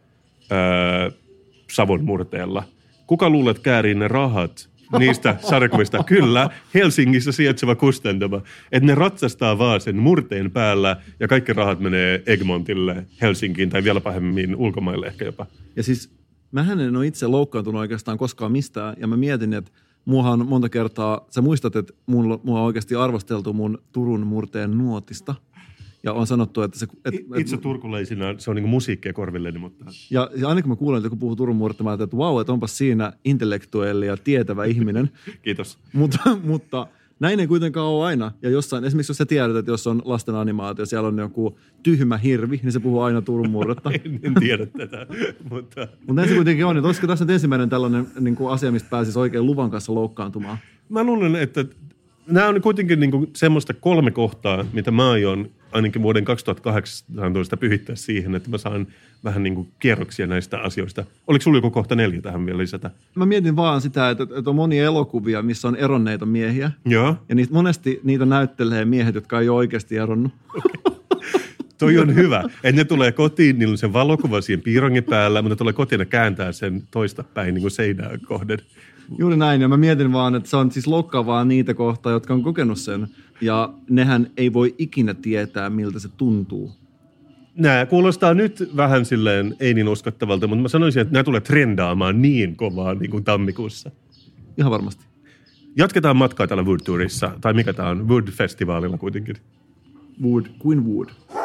Savon murteella. Kuka luulet käärii ne rahat niistä sarjakuvista? Kyllä, Helsingissä sijaitseva kustantama. Että ne ratsastaa vaan sen murteen päällä ja kaikki rahat menee Egmontille, Helsinkiin tai vielä pahemmin ulkomaille ehkä jopa. Ja siis mähän en ole itse loukkaantunut oikeastaan koskaan mistään ja mä mietin, että muahan monta kertaa, sä muistat, että mua on oikeasti arvosteltu mun Turun murteen nuotista. Ja on sanottu, että se... Itse turkulaisina se on niin kuin musiikkia korvilleni, mutta... Ja aina kun mä kuulen, että joku puhuu Turun murteesta, mä ajattelin, että vau, että onpas siinä intellektuelli ja tietävä ihminen. Kiitos. Mutta näin ei kuitenkaan ole aina. Ja jossain, esimerkiksi jos sä tiedät, että jos on lasten animaatio, siellä on joku tyhmä hirvi, niin se puhuu aina Turun murretta. en tiedä tätä, mutta... Mutta näin se kuitenkin on. Että olisiko tässä nyt ensimmäinen tällainen niin kuin asia, mistä pääsisi oikein luvan kanssa loukkaantumaan? Mä luulen, että nämä on kuitenkin niin kuin semmoista 3 kohtaa, mitä mä aion ainakin vuoden 2018 pyhittää siihen, että mä saan vähän niin kuin kierroksia näistä asioista. Oliko sulla joku kohta 4 tähän vielä lisätä? Mä mietin vaan sitä, että on monia elokuvia, missä on eronneita miehiä. Joo. Ja monesti niitä näyttelee miehet, jotka ei ole oikeasti eronnut. Okay. Toi on hyvä. Että ne tulee kotiin, niillä on se valokuva siihen piirongin päällä, mutta ne tulee kotiin ja kääntää sen toista päin niin kuin seinään kohden. Juuri näin, ja mä mietin vaan, että se on siis loukkaavaa niitä kohtaa, jotka on kokenut sen, ja nehän ei voi ikinä tietää, miltä se tuntuu. Nämä kuulostaa nyt vähän silleen ei niin uskottavalta, mutta mä sanoisin, että nämä tulee trendaamaan niin kovaa niin kuin tammikuussa. Ihan varmasti. Jatketaan matkaa täällä Wood Tourissa, tai mikä tämä on, Wood-festivaalilla kuitenkin. Wood, Queen Wood.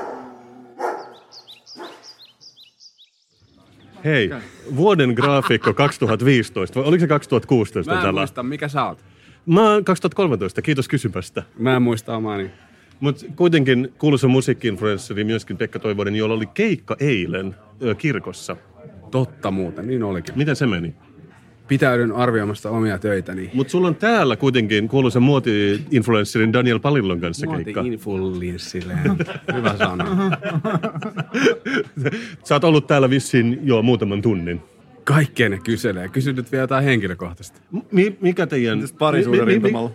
Hei, vuoden graafikko 2015, vai oliko se 2016? Mä en muista, mikä sä oot? Mä oon 2013, kiitos kysymästä. Mä en muista omaani. Mutta kuitenkin kuuluisa musiikki-influenssari myöskin Pekka Toivonen, jolla oli keikka eilen kirkossa. Totta muuten, niin olikin. Miten se meni? Pitäydyn arvioimasta omia töitäni. Mutta sulla on täällä kuitenkin kuuluisen muoti-influenssarin Daniel Palillon kanssa keikka. Muoti-influenssille. Hyvä sana. Sä oot ollut täällä vissiin jo muutaman tunnin. Kaikkea ne kyselee. Kysy nyt vielä jotain henkilökohtaista. Mikä teidän... Parisuuden rintamalla.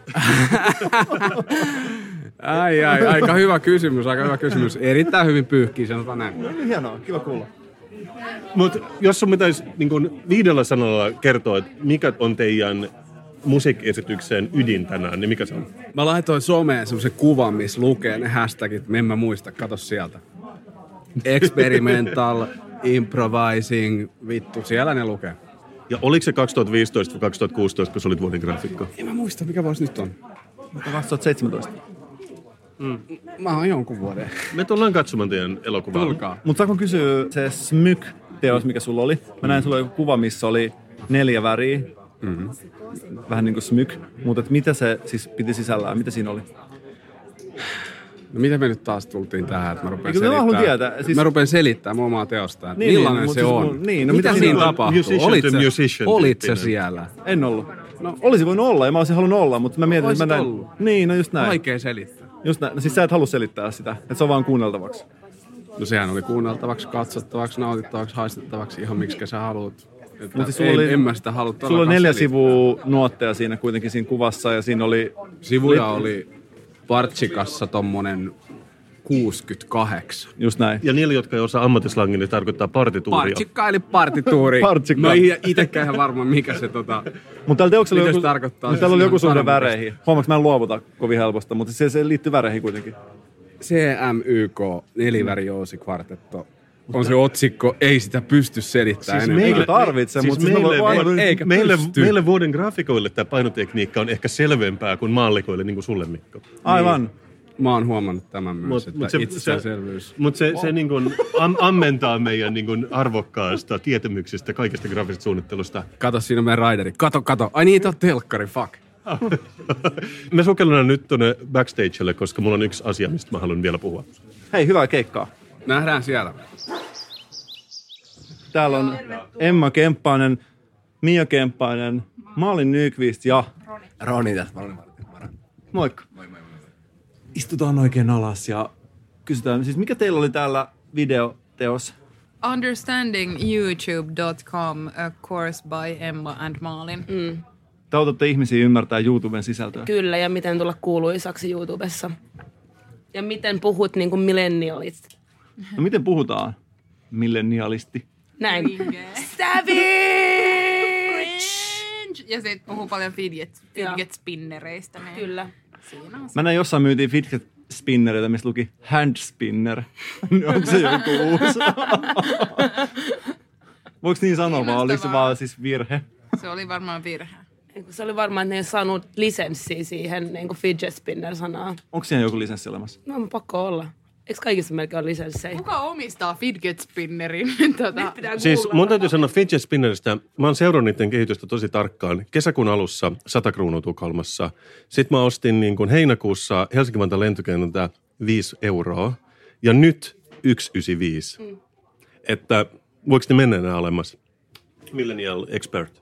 Aika hyvä kysymys. Erittäin hyvin pyyhkii, sanotaan näin. Hienoa, kiva kuulla. Mutta jos sun pitäisi niin kun 5 sanalla kertoa, että mikä on teidän musiikkiesityksen ydin tänään, niin mikä se on? Mä laitoin someen semmoisen kuvan, missä lukee ne hashtagit, en mä muista, kato sieltä. Experimental, improvising, vittu, siellä ne lukee. Ja oliko se 2015 vai 2016, kun sä olit vuoden graafikko? En mä muista, mikä vuosi nyt on. 2017. Mä oon jonkun vuoden. Me tullaan katsomaan teidän elokuvaa. Tulkaa. Mutta saanko kysyä se Smyk-teos, mikä sulla oli? Mä näin sulla joku kuva, missä oli 4 väriä. Mm-hmm. Vähän niin kuin Smyk. Mutta mitä se siis piti sisällään? Mitä siinä oli? No mitä me nyt taas tultiin tähän, että mä rupean selittämään? Mä rupean selittämään mun omaa teosta, että millainen se on. No mitä siinä tapahtuu? Olit sä siellä? En ollut. No olisi voinut olla ja mä olisin halunnut olla, mutta mä mietin, että mä näin. Ollut. Niin, no just näin. Vaikea selittää. Just näin. No siis sä et halua selittää sitä, että se on vaan kuunneltavaksi. No sehän oli kuunneltavaksi, katsottavaksi, nautittavaksi, haistettavaksi, ihan miksi sä haluat. Mutta en mä sitä halua sulla oli 4 sivua nuotteja siinä kuitenkin siinä kuvassa ja siinä oli... Sivuja oli partsikassa tommonen 68. Just näin. Ja niille, jotka ei osaa ammattislangin, niin tarkoittaa partituuria. Partsikka eli partituuri. Partsikka. Mä itekään ihan varma, mikä se Mutta täällä teoksella mitä se tarkoittaa. Täällä oli joku suhde väreihin. Huomaaks, mä en luovuta kovin helposta, mutta se liittyy väreihin kuitenkin. CMYK, 4-väri-jousi kvartetto. On se otsikko, ei sitä pysty selittämään siis enemmän. Meillä tarvitse, siis mutta meille vuoden graafikoille tämä painotekniikka on ehkä selvempää kuin maallikoille, niin kuin sulle, Mikko. Aivan. Niin. Mä oon huomannut tämän myös, että itsestäänselvyys. Mutta se niin kuin ammentaa meidän niin kuin arvokkaasta tietämyksestä, kaikesta graafisesta suunnittelusta. Kato, siinä on meidän raideri. Kato. Ai niitä on telkkari, fuck. Me sukellaan nyt tuonne backstagelle, koska mulla on yksi asia, mistä mä haluan vielä puhua. Hei, hyvää keikkaa. Nähdään siellä. Täällä on Emma Kemppainen, Mia Kemppainen, Malin Nyqvist ja... Roni tästä. Moikka. Moi. Istutaan oikein alas ja kysytään, siis mikä teillä oli täällä videoteos? Understandingyoutube.com, a course by Emma and Malin. Te autatte ihmisiä ymmärtää YouTuben sisältöä. Kyllä, ja miten tulla kuuluisaksi YouTubessa. Ja miten puhut niin kuin millennialit. No miten puhutaan millennialisti? Näin. Savage! Ja sit puhuu paljon fidget spinnereistä. Niin. Kyllä. Mä näin jossain myytiin fidget spinnereitä, missä luki hand spinner. Onko se joku uusi? Voiko niin sanoa vai oliko se vaan siis virhe? Se oli varmaan virhe. Se oli varmaan, että ne ei saanut lisenssiä siihen niin kuin fidget spinner-sanaa. Onko siihen joku lisenssi olemassa? No on pakko olla. Eikö kaikissa melkein ole lisenssejä? Kuka omistaa fidget spinnerin? Siis mun täytyy sanoa fidget spinneristä. Mä oon seurannut niiden kehitystä tosi tarkkaan. Kesäkuun alussa 100 kruunua Tukholmassa. Sitten mä ostin niin kuin heinäkuussa Helsinki-Vantaan lentokentältä 5 €. Ja nyt 1,95. Että voiko ne mennä enää alemmas? Millennial expert.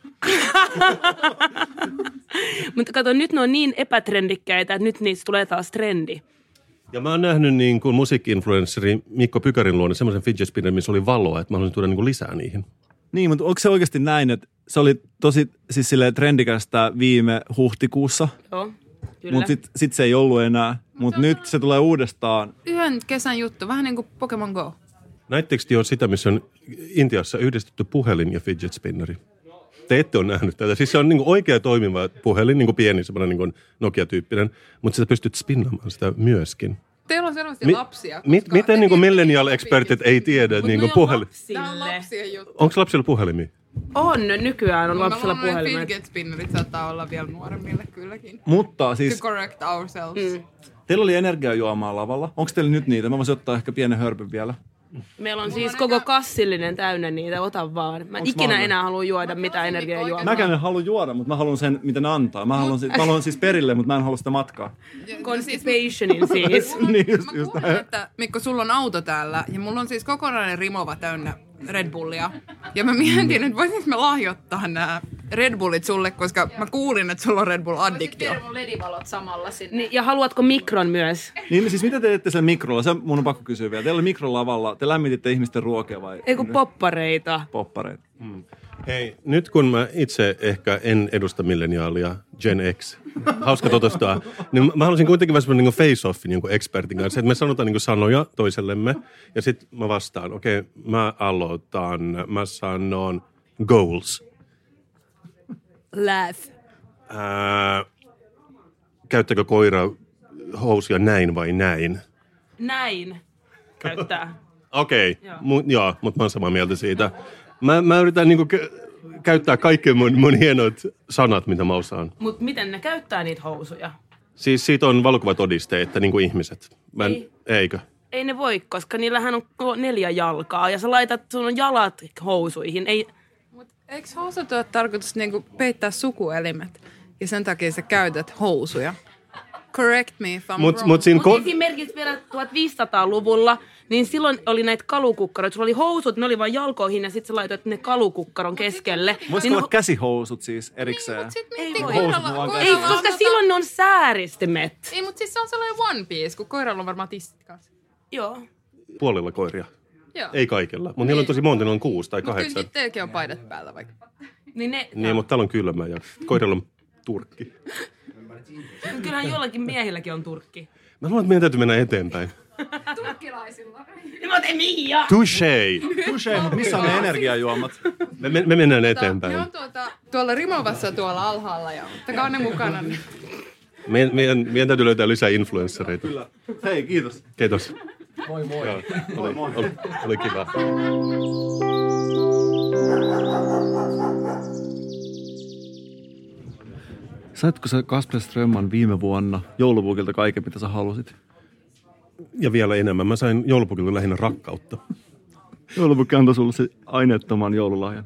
Mutta kato, nyt ne on niin epätrendikkäitä, että nyt niistä tulee taas trendi. Ja mä oon nähnyt niin kuin musiikki-influenssari Mikko Pykärin luonne semmoisen fidget spinner, missä oli valoa, että mä haluaisin tuoda niin kuin lisää niihin. Niin, mutta onko se oikeasti näin, että se oli tosi siis silleen trendikästä viime huhtikuussa? Joo, kyllä. Mutta sit se ei ollut enää. Mutta nyt se tulee uudestaan. Yhden kesän juttu, vähän niin kuin Pokemon Go. Näittekö te on sitä, missä on Intiassa yhdistetty puhelin ja fidget spinneri? Te ette ole nähnyt tätä. Siis se on niin kuin oikea toimiva puhelin, niin kuin pieni, semmoinen niin kuin Nokia-tyyppinen, mutta sä pystyt spinnaamaan sitä myöskin. Teillä on selvästi lapsia. Miten niin kuin millennial-expertit ei tiedä niin kuin puhelin? Tämä on lapsien juttu. Onko lapsilla puhelimia? On, nykyään on lapsilla puhelimet. Fidget spinnerit saattaa olla vielä nuoremmille kylläkin. Mutta siis... To correct ourselves. Teillä oli energiajuomaa lavalla. Onko teillä nyt niitä? Mä voisin ottaa ehkä pienen hörpyn vielä. Meillä on siis koko kassillinen täynnä niitä, ota vaan. Mä ikinä enää halua juoda mitään energiajuomaa. Mäkään en halua juoda, mutta mä haluan sen, mitä ne antaa. Mä haluan siis perille, mutta mä en halua sitä matkaa. Constipationin siis. Niin, mä kuulen, että Mikko, sulla on auto täällä ja mulla on siis kokonainen rimova täynnä Red Bullia. Ja mä mietin, että voisinko mä lahjoittaa nämä Red Bullit sulle, koska mä kuulin, että sulla on Red Bull-addiktio. Sitten ledivalot samalla sinne. Niin, ja haluatko mikron myös? Niin, siis mitä te teette sen mikrolla? Se mun on pakko kysyä vielä. Teillä oli mikrolavalla. Te lämmititte ihmisten ruokia vai? Ei kun poppareita. Poppareita. Hei, nyt kun mä itse ehkä en edusta milleniaalia, Gen X, hauska tutustua, niin mä haluaisin kuitenkin vähän semmoinen niin face-offin niin expertin kanssa, että me sanotaan niin sanoja toisellemme, ja sitten mä vastaan, okei, mä aloitan, mä sanon goals. Laugh. Käyttääkö koira housuja näin vai näin? Näin käyttää. Okei, joo, mutta mä oon samaa mieltä siitä. Mä yritän niinku käyttää kaikki mun hienot sanat, mitä mä osaan. Mut miten ne käyttää niitä housuja? Siis siitä on valokuvatodiste, että niin kuin ihmiset. Eikö? Ei ne voi, koska niillähän on 4 jalkaa ja sä laitat sun jalat housuihin. Mut eikö housut ole tarkoitus niinku peittää sukuelimet? Ja sen takia sä käytät housuja. Correct me if I'm wrong. Mutta esimerkiksi vielä 1500-luvulla, niin silloin oli näitä kalukukkaroita. Sulla oli housut, ne oli vain jalkoihin ja sitten sä laitoit ne kalukukkaron keskelle. Voisiko olla käsihousut siis erikseen? Ei, koska silloin ne on sääristimet. Ei, mutta siis se on sellainen one piece, kun koiralla on varmaan tissit kanssa. Joo. Puolella koiria. Joo. Ei kaikilla. Mutta niillä on tosi monta, niillä on 6 tai 8. Mutta kyllä teilläkin on paidat päällä vaikka. Niin, mutta täällä on kylmä ja koiralla on turkki. Kyllähän jollakin miehilläkin on turkki. Mä luulen, että meidän täytyy mennä eteenpäin. Turkkilaisilla. Mä tein Mia! Touché, mutta missä on ne energiajuomat? Me mennään eteenpäin. Ne on tuolla Rimovassa tuolla alhaalla ja ottakaa ne mukana. Meidän täytyy löytää lisää influenssereita. Kyllä. Hei, kiitos. Kiitos. Moi moi. Joo, oli kiva. Saitko sä Kasper Strömman viime vuonna joulupukilta kaiken, mitä sä halusit? Ja vielä enemmän. Mä sain joulupukilta lähinnä rakkautta. Joulupukki antoi sulle se aineettoman joululahjan.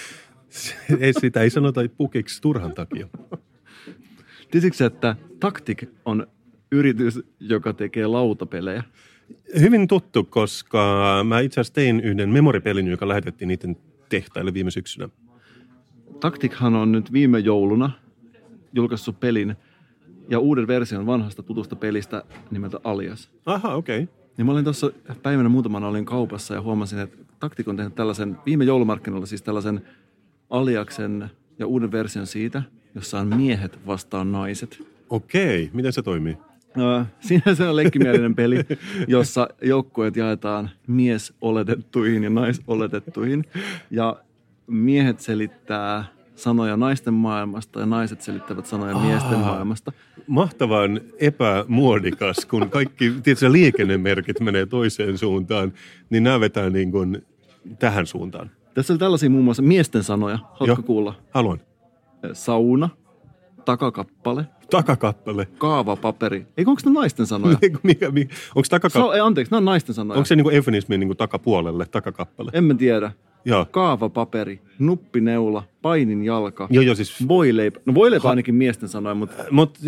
Sitä ei sanota pukiksi turhan takia. Tiesitkö, että Tactic on yritys, joka tekee lautapelejä? Hyvin tuttu, koska mä itse asiassa tein yhden memoripelin, joka lähetettiin niiden tehtaille viime syksynä. Tactichan on nyt viime jouluna julkaissut pelin ja uuden version vanhasta tutusta pelistä nimeltä Alias. Aha, okei. Okay. Niin mä olin tuossa päivänä muutamana olin kaupassa ja huomasin, että Tactic on tehnyt tällaisen viime joulumarkkinoilla siis tällaisen Aliaksen ja uuden version siitä, jossa on miehet vastaan naiset. Okei, miten se toimii? Siinä se on leikkimielinen peli, jossa joukkueet jaetaan miesoletettuihin ja naisoletettuihin. Ja miehet selittää sanoja naisten maailmasta ja naiset selittävät sanoja miesten maailmasta. Mahtavan epämuodikas, kun kaikki tietysti liikennemerkit menee toiseen suuntaan, niin nämä vetää niin kuin tähän suuntaan. Tässä on tällaisia muun muassa miesten sanoja. Haluatko kuulla? Haluan. Sauna, takakappale. Takakappale. Kaavapaperi. Eikö onko ne naisten sanoja? Onko takakappale? Anteeksi, nämä on naisten sanoja. Onko se niinku eufemismi niinku takapuolelle, takakappale? En mä tiedä. Joo. Kaavapaperi, nuppineula, painin jalka, joo, siis voileipä. No voileipä ainakin miesten sanoja, mutta...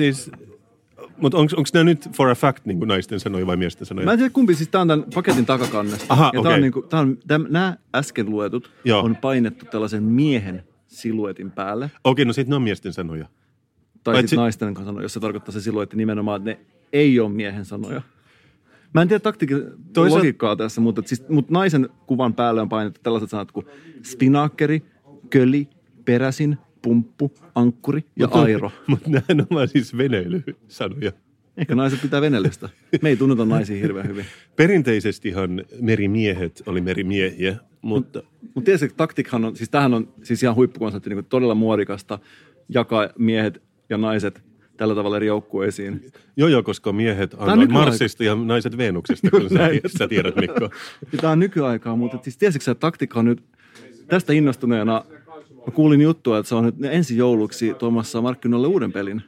Mutta onko nämä nyt for a fact niin kuin naisten sanoja vai miesten sanoja? Mä en tiedä kumpi, siis tää on tämän paketin takakannesta. Aha, ja okay. Nämä äsken luetut on painettu tällaisen miehen siluetin päälle. Okei, no sitten ne on miesten sanoja. Tai sitten naisten sanoja, jos se tarkoittaa se siluetti nimenomaan, että ne ei ole miehen sanoja. Mä en tiedä taktiikan logiikkaa tässä, mutta naisen kuvan päälle on painettu tällaiset sanat kuin spinaakkeri, köli, peräsin, pumppu, ankkuri ja airo. Mutta nämä on siis veneilysanoja. Ehkä naiset pitää veneilystä. Me ei tunneta naisia hirveän hyvin. Perinteisestihan merimiehet oli merimiehiä, mutta... Mutta tietysti taktikhan on, siis tämähän on siis ihan huippukonsepti, niin todella muodikasta jakaa miehet ja naiset tällä tavalla eri joukkueisiin. Joo, koska miehet on Marsista ja naiset Venuksesta, kun sä tiedät, Mikko. Tämä on nykyaikaa, mutta siis tiesitkö että taktikka on nyt tästä innostuneena. Mä kuulin juttua, että se on nyt ensi jouluksi tuomassa markkinoille uuden pelin.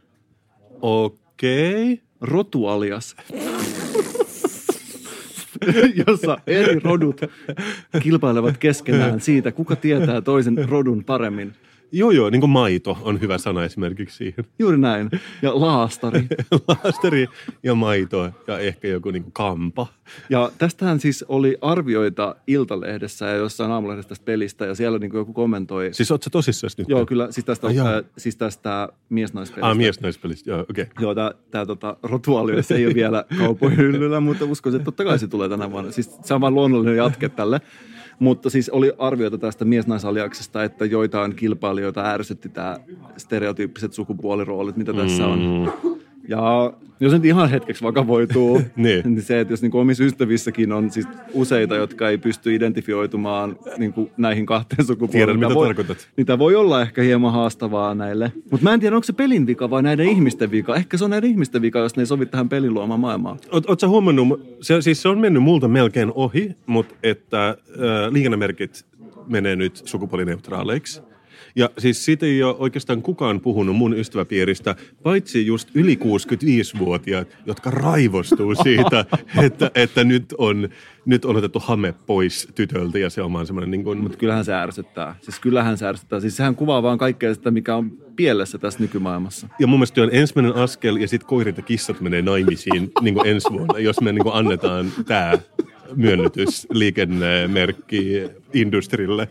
Okei. Rotu Alias. Jossa eri rodut kilpailevat keskenään siitä, kuka tietää toisen rodun paremmin. Joo, niin kuin maito on hyvä sana esimerkiksi siihen. Juuri näin. Ja laastari. Laastari ja maito ja ehkä joku niin kuin kampa. Ja tästähän siis oli arvioita Iltalehdessä ja jossain aamulehdessä tästä pelistä ja siellä niin kuin joku kommentoi. Siis ootko sä tosissaan nyt? Joo, kyllä. Siis tästä mies-naispelistä. Mies-naispelistä, joo, okei. Okay. Joo, tämä rotualias ei ole vielä kaupojen hyllyllä, mutta uskoisin, että totta kai se tulee tänä vuonna. Siis se on vaan luonnollinen jatke tälle. Mutta siis oli arvioita tästä mies-naisaliaksesta, että joitain kilpailijoita ärsytti tämä stereotyyppiset sukupuoliroolit, mitä tässä on. Ja jos nyt ihan hetkeksi vakavoituu, niin se, että jos niin omissa ystävissäkin on siis useita, jotka ei pysty identifioitumaan niin näihin kahteen sukupuoleen. Tiedän, mitä tarkoitat. Niin tämä voi olla ehkä hieman haastavaa näille. Mutta mä en tiedä, onko se pelin vika vai näiden ihmisten vika. Ehkä se on näiden ihmisten vika, jos ne ei sovi tähän pelin luomaan maailmaan. Oletko sä huomannut, se on mennyt multa melkein ohi, mutta että liikennemerkit menee nyt sukupuolineutraaleiksi. Ja siis siitä ei ole oikeastaan kukaan puhunut mun ystäväpiiristä, paitsi just yli 65-vuotiaat, jotka raivostuu siitä, että nyt on otettu hame pois tytöltä ja se on vaan semmoinen niin kuin... Mutta kyllähän se ärsyttää. Siis sehän kuvaa vaan kaikkea sitä, mikä on pielessä tässä nykymaailmassa. Ja mun mielestä on ensimmäinen askel ja sitten koirat ja kissat menee naimisiin niin kuin ensi vuonna, jos me niin kuin annetaan tämä myönnytys liikennemerkki industrille.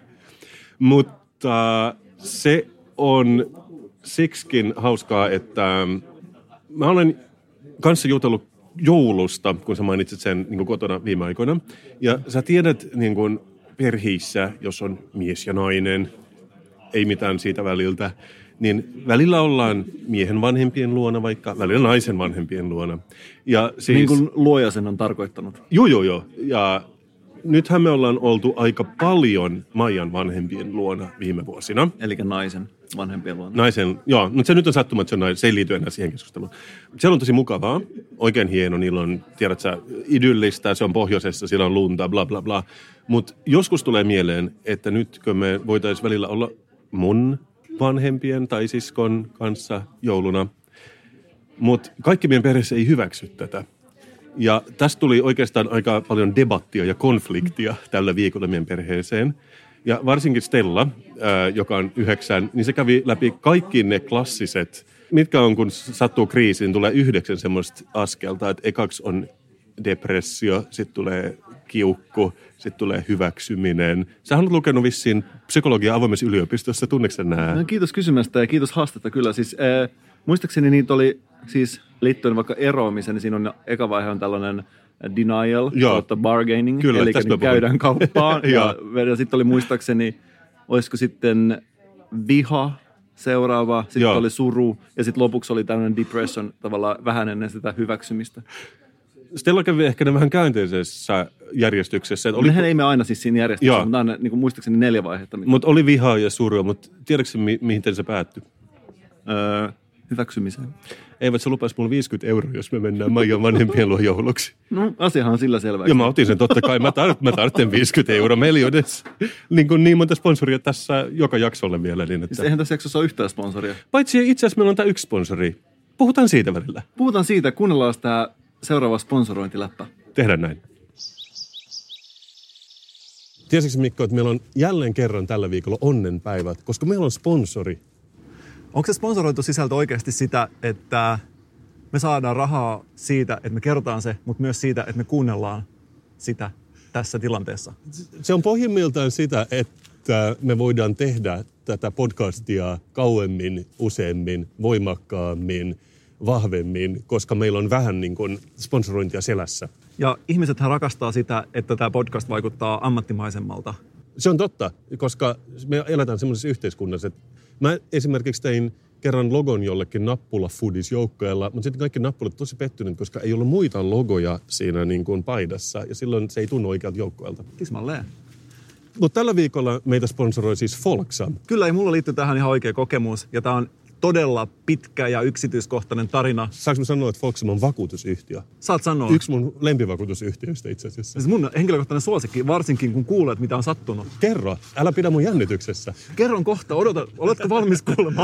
Mutta se on siksikin hauskaa, että mä olen kanssa jutellut joulusta, kun sä mainitsit sen niin kuin kotona viime aikoina. Ja sä tiedät niin kuin perheissä, jos on mies ja nainen, ei mitään siitä väliltä, niin välillä ollaan miehen vanhempien luona, vaikka välillä naisen vanhempien luona. Ja siis, niin kuin luoja sen on tarkoittanut. Joo. Ja nythän me ollaan oltu aika paljon Maijan vanhempien luona viime vuosina. Eli naisen vanhempien luona. Naisen, joo. Mutta se nyt on sattuma, että se on naisen. Se ei liity enää siihen keskusteluun. Siellä on tosi mukavaa. Oikein hieno. Niillä on, tiedät sä, idyllistä. Se on pohjoisessa, siellä on lunta, bla bla bla. Mutta joskus tulee mieleen, että nytkö me voitaisiin välillä olla mun vanhempien tai siskon kanssa jouluna. Mutta kaikki meidän perheessä ei hyväksy tätä. Ja tästä tuli oikeastaan aika paljon debattia ja konfliktia tällä viikolla meidän perheeseen. Ja varsinkin Stella, joka on 9, niin se kävi läpi kaikki ne klassiset, mitkä on kun sattuu kriisiin, niin tulee 9 semmoista askelta, että ekaksi on depressio, sitten tulee kiukku, sitten tulee hyväksyminen. Sä olet lukenut vissiin psykologia avoimessa yliopistossa, tunneeko sä nää? No, kiitos kysymästä ja kiitos haastetta kyllä. Siis, muistaakseni niitä oli siis liittyen vaikka eroamiseen, niin siinä on eka vaihe on tällainen denial kautta bargaining, kyllä, eli niin käydään kauppaan. ja sitten oli muistaakseni, olisiko sitten viha seuraava, sitten oli suru ja sitten lopuksi oli tämmöinen depression tavallaan vähän ennen sitä hyväksymistä. Stella kävi ehkä ne vähän käänteisessä järjestyksessä. Nehän ei me aina siis siinä järjestyksessä, mutta nämä on niin muistaakseni 4 vaihetta. Mutta oli vihaa ja surua, mutta tiedätkö mihin se päättyi? Hyväksymiseen. Eivät se lupaisi mulle 50 €, jos me mennään Maijan vanhempien luo jouluksi. No, asiahan on sillä selvä. Ja mä otin sen totta kai. Mä tarvitsen 50 €. Meillä ei ole edes niin monta sponsoria tässä joka jaksolle vielä. Niin että... Eihän tässä jaksossa ole yhtään sponsoria. Paitsi itse asiassa meillä on tämä yksi sponsori. Puhutaan siitä välillä. Puhutaan siitä. Kuunnellaan tämä seuraava sponsorointiläppä. Tehdään näin. Tiesitkö Mikko, että meillä on jälleen kerran tällä viikolla onnenpäivät, koska meillä on sponsori. Onko se sponsoroitu sisältö oikeasti sitä, että me saadaan rahaa siitä, että me kerrotaan se, mutta myös siitä, että me kuunnellaan sitä tässä tilanteessa? Se on pohjimmiltaan sitä, että me voidaan tehdä tätä podcastia kauemmin, useammin, voimakkaammin, vahvemmin, koska meillä on vähän niin kuin sponsorointia selässä. Ja ihmisethän rakastaa sitä, että tämä podcast vaikuttaa ammattimaisemmalta. Se on totta, koska me eletään semmoisessa yhteiskunnassa, että mä esimerkiksi tein kerran logon jollekin nappula-foodies-joukkoilla, mutta sitten kaikki nappulat tosi pettyneet, koska ei ollut muita logoja siinä niin kuin paidassa, ja silloin se ei tunnu oikealta joukkoilta. Tismalleen. Mutta tällä viikolla meitä sponsoroi siis Folksam. Kyllä, ja mulla liittyy tähän ihan oikea kokemus, ja tämä on todella pitkä ja yksityiskohtainen tarina. Saanko mä sanoa, että Folksam on vakuutusyhtiö? Saat sanoa. Yksi mun lempivakuutusyhtiöistä itse asiassa. Siis mun henkilökohtainen suosikki, varsinkin kun kuulet, mitä on sattunut. Kerro, älä pidä mun jännityksessä. Kerron kohta, odota, oletko valmis kuulemaan?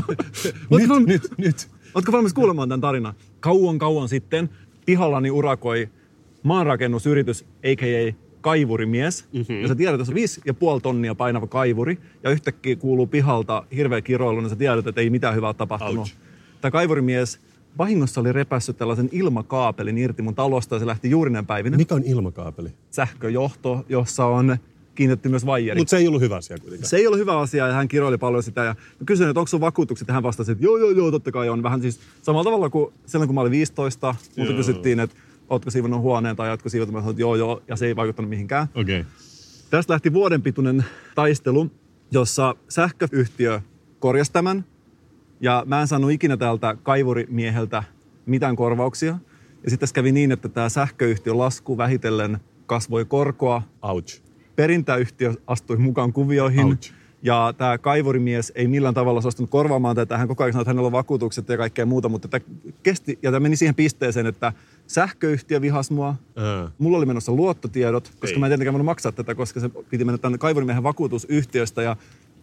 Nyt. Oletko valmis kuulemaan tämän tarinan? Kauan sitten pihallani urakoi maanrakennusyritys, a.k.a. kaivurimies. Mm-hmm. Ja sä tiedät, että se on 5,5 tonnia painava kaivuri, ja yhtäkkiä kuuluu pihalta hirveä kiroilu, niin sä tiedät, että ei mitään hyvää ole tapahtunut. Ouch. Tämä kaivurimies vahingossa oli repässyt tällaisen ilmakaapelin irti mun talosta, ja se lähti juuri näin päivinä. Mikä on ilmakaapeli? Sähköjohto, jossa on kiinnitetty myös vaijeri. Mutta se ei ollut hyvä asia kuitenkaan. Se ei ollut hyvä asia, ja hän kiroili paljon sitä. Ja mä kysyin, että onko sun vakuutukset, ja hän vastasi, että joo, totta kai on. Vähän siis samalla tavalla kuin silloin, kun mä olin 15, mutta kysyttiin, että ootko siivonnut huoneen tai ootko siivonnut, mä sanoin, että joo, ja se ei vaikuttanut mihinkään. Okay. Tästä lähti vuoden pituinen taistelu, jossa sähköyhtiö korjasi tämän, ja mä en saanut ikinä tältä kaivurimieheltä mitään korvauksia. Ja sitten kävi niin, että tämä sähköyhtiön lasku vähitellen kasvoi korkoa. Ouch. Perintäyhtiö astui mukaan kuvioihin. Ouch. Ja tämä kaivurimies ei millään tavalla suostunut korvaamaan tätä. Hän koko ajan sanoi, että hänellä on vakuutukset ja kaikkea muuta, mutta tämä kesti, ja tämä meni siihen pisteeseen, että sähköyhtiö vihasi mua. Mulla oli menossa luottotiedot, koska mä en tietenkään voinut maksaa tätä, koska se piti mennä tänne kaivurimiehen vakuutusyhtiöstä. Ja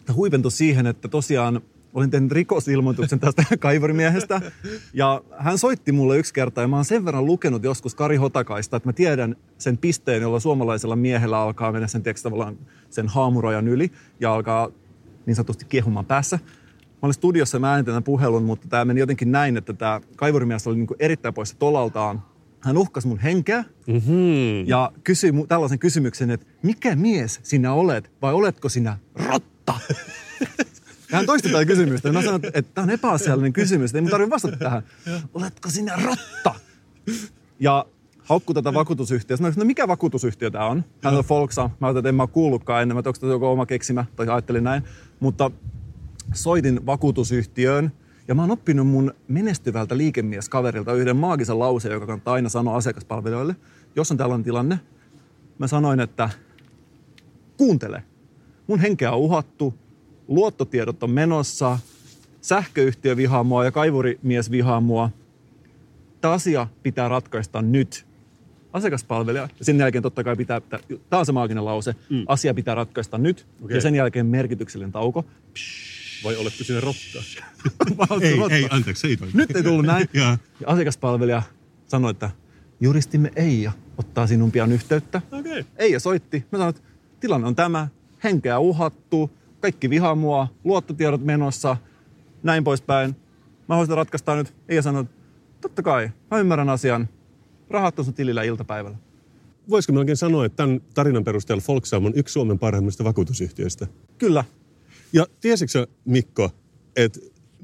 huipentui siihen, että tosiaan olin tehnyt rikosilmoituksen tästä kaivorimiehestä. Ja hän soitti mulle yksi kerta ja mä oon sen verran lukenut joskus Kari Hotakaista, että mä tiedän sen pisteen, jolla suomalaisella miehellä alkaa mennä sen tavallaan sen haamurajan yli ja alkaa niin sanotusti kiehumaan päässä. Mä olin studiossa ja mä äänitin tämän puhelun, mutta tämä meni jotenkin näin, että tämä kaivurimies oli niin kuin erittäin poissa tolaltaan. Hän uhkasi mun henkeä ja kysyi tällaisen kysymyksen, että mikä mies sinä olet vai oletko sinä rotta? Ja hän toisti tätä kysymystä ja mä sanoin, että tämä on epäasiallinen kysymys, että ei mun tarvitse vastata tähän. Oletko sinä rotta? Ja haukkui tätä vakuutusyhtiötä. Mä sanoin, no mikä vakuutusyhtiö tämä on? Hän on Folksa. Mä ajattelin, että en mä ole kuullutkaan ennen. Mä onko tämä joku oma keksimä, tai ajattelin näin. Mutta soitin vakuutusyhtiöön ja mä oon oppinut mun menestyvältä liikemieskaverilta yhden maagisen lauseen, joka kannattaa aina sanoa asiakaspalvelijoille. Jos on tällainen tilanne, mä sanoin, että kuuntele. Mun henkeä on uhattu, luottotiedot on menossa, sähköyhtiö vihaa mua ja kaivurimies vihaa mua. Tämä asia pitää ratkaista nyt. Asiakaspalvelija, ja sen jälkeen totta kai pitää, tämä on se maaginen lause, asia pitää ratkaista nyt, ja sen jälkeen merkityksellinen tauko. Vai oletko sinä rotta? Ei, anteeksi, ei toimi. Nyt ei tullut näin. Ja asiakaspalvelija sanoi, että juristimme Eija ottaa sinun pian yhteyttä. Okay. Eija soitti. Mä sanoin, että tilanne on tämä, henkeä uhattu, kaikki vihaa mua, luottotiedot menossa, näin poispäin. Mä haluaisin ratkaistaan nyt. Eija sanoi, totta kai, mä ymmärrän asian. Rahat on sun tilillä iltapäivällä. Voisiko melkein sanoa, että tämän tarinan perusteella Folksam on yksi Suomen parhaimmista vakuutusyhtiöistä? Kyllä. Ja tiesitkö, Mikko, että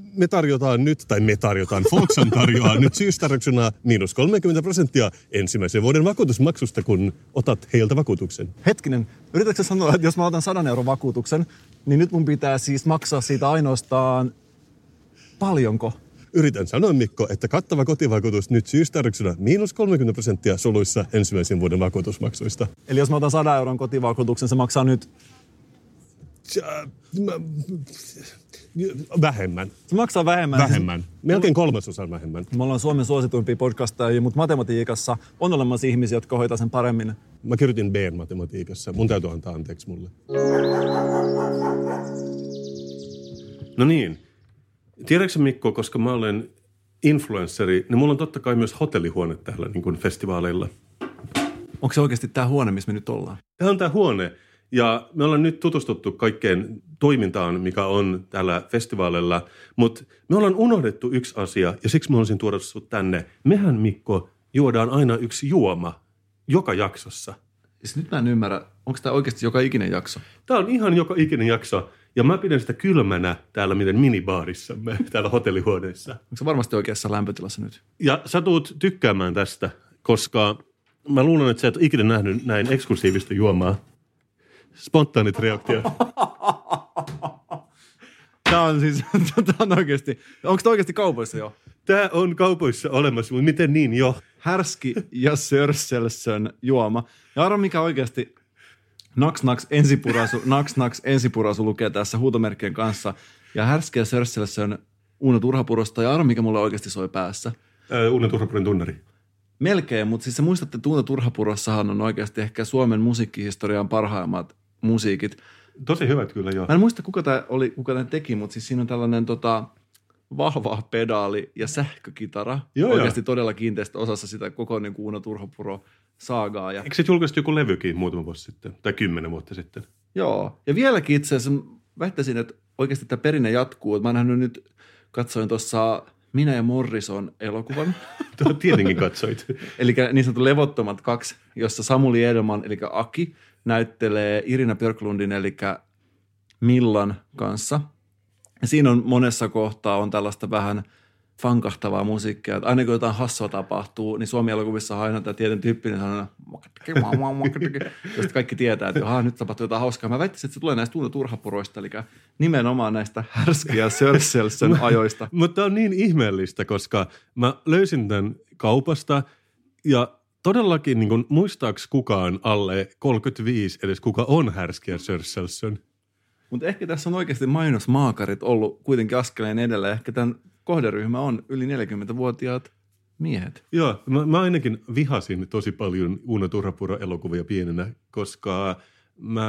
Folksam tarjoaa nyt syystarjouksena -30% ensimmäisen vuoden vakuutusmaksusta, kun otat heiltä vakuutuksen. Hetkinen, yritätkö sanoa, että jos mä otan 100 € vakuutuksen, niin nyt mun pitää siis maksaa siitä ainoastaan paljonko? Yritän sanoa, Mikko, että kattava kotivakuutus nyt syystarjouksena -30% suluissa ensimmäisen vuoden vakuutusmaksuista. Eli jos mä otan 100 € kotivakuutuksen, se maksaa nyt vähemmän. Se maksaa vähemmän. Vähemmän. Melkein 3/3 vähemmän. Me ollaan Suomen suosituimpia podcastajia, mutta matematiikassa on olemassa ihmisiä, jotka hoitaa sen paremmin. Mä kirjoitin B-matematiikassa. Mun täytyy antaa anteeksi mulle. No niin. Tiedätkö, Mikko, koska mä olen influenssari, niin mulla on totta kai myös hotellihuone täällä niin kuin festivaaleilla. Onko se oikeasti tämä huone, missä me nyt ollaan? Tämä on tämä huone. Ja me ollaan nyt tutustuttu kaikkeen toimintaan, mikä on täällä festivaaleilla, mutta me ollaan unohdettu yksi asia ja siksi mä haluaisin tuoda sut tänne. Mehän, Mikko, juodaan aina yksi juoma joka jaksossa. Siis nyt mä en ymmärrä, onko tämä oikeasti joka ikinen jakso? Tämä on ihan joka ikinen jakso ja mä pidän sitä kylmänä täällä meidän minibaarissamme, täällä hotellihuoneessa. Onko se varmasti oikeassa lämpötilassa nyt? Ja sä tuut tykkäämään tästä, koska mä luulen, että sä et ole ikinä nähnyt näin eksklusiivista juomaa. Spontaanit reaktiot. Tämä on siis, tämä on oikeasti, onko tämä oikeasti kaupoissa jo? Tämä on kaupoissa olemassa, mutta miten niin jo? Härski ja Sörselsen juoma. Ja arvo mikä oikeasti Naks ensipurasu lukee tässä huutomerkkien kanssa. Ja Härski ja Sörselsen Uno Turhapurosta. Ja arvo mikä mulle oikeasti soi päässä. Uno Turhapuron tunnari. Melkein, mutta siis sä muistatte, että Uno Turhapurossahan on oikeasti ehkä Suomen musiikkihistorian parhaimmat musiikit. Tosi hyvät kyllä, joo. Mä en muista, kuka tämä teki, mutta siis siinä on tällainen vahva pedaali ja sähkökitara. Joo, oikeasti todella kiinteästä osassa sitä koko niin kuin Uno Turhapuro-saagaa. Eikö se julkaistu joku levykin muutama vuosi sitten? Tai 10 vuotta sitten? Joo. Ja vieläkin itse asiassa väittäisin, että oikeasti tämä perinne jatkuu. Mä oon nähnyt nyt, katsoin tuossa Minä ja Morrison elokuvan. Tietenkin katsoit. Eli niin sanottu Levottomat 2, jossa Samuli Edelman, eli Aki, näyttelee Irina Björklundin, eli Millan kanssa. Ja siinä on monessa kohtaa on tällaista vähän fankahtavaa musiikkia. Että aina kun jotain hassua tapahtuu, niin Suomi-elokuvissa on aina tämä tietyn tyyppinen sanana, josta kaikki tietää, että nyt tapahtuu jotain hauskaa. Mä väittäisin, että se tulee näistä Uno Turhapuroista, eli nimenomaan näistä Härski ja Sörselsen ajoista. Mutta on niin ihmeellistä, koska mä löysin tämän kaupasta ja todellakin niin muistaaks kukaan alle 35 edes kuka on Härski ja Sörselsen? Mutta ehkä tässä on oikeasti mainosmaakarit ollut kuitenkin askeleen edellä. Ehkä tämän kohderyhmä on yli 40-vuotiaat miehet. Joo, mä ainakin vihasin tosi paljon Uno Turhapuro-elokuvia pienenä, koska mä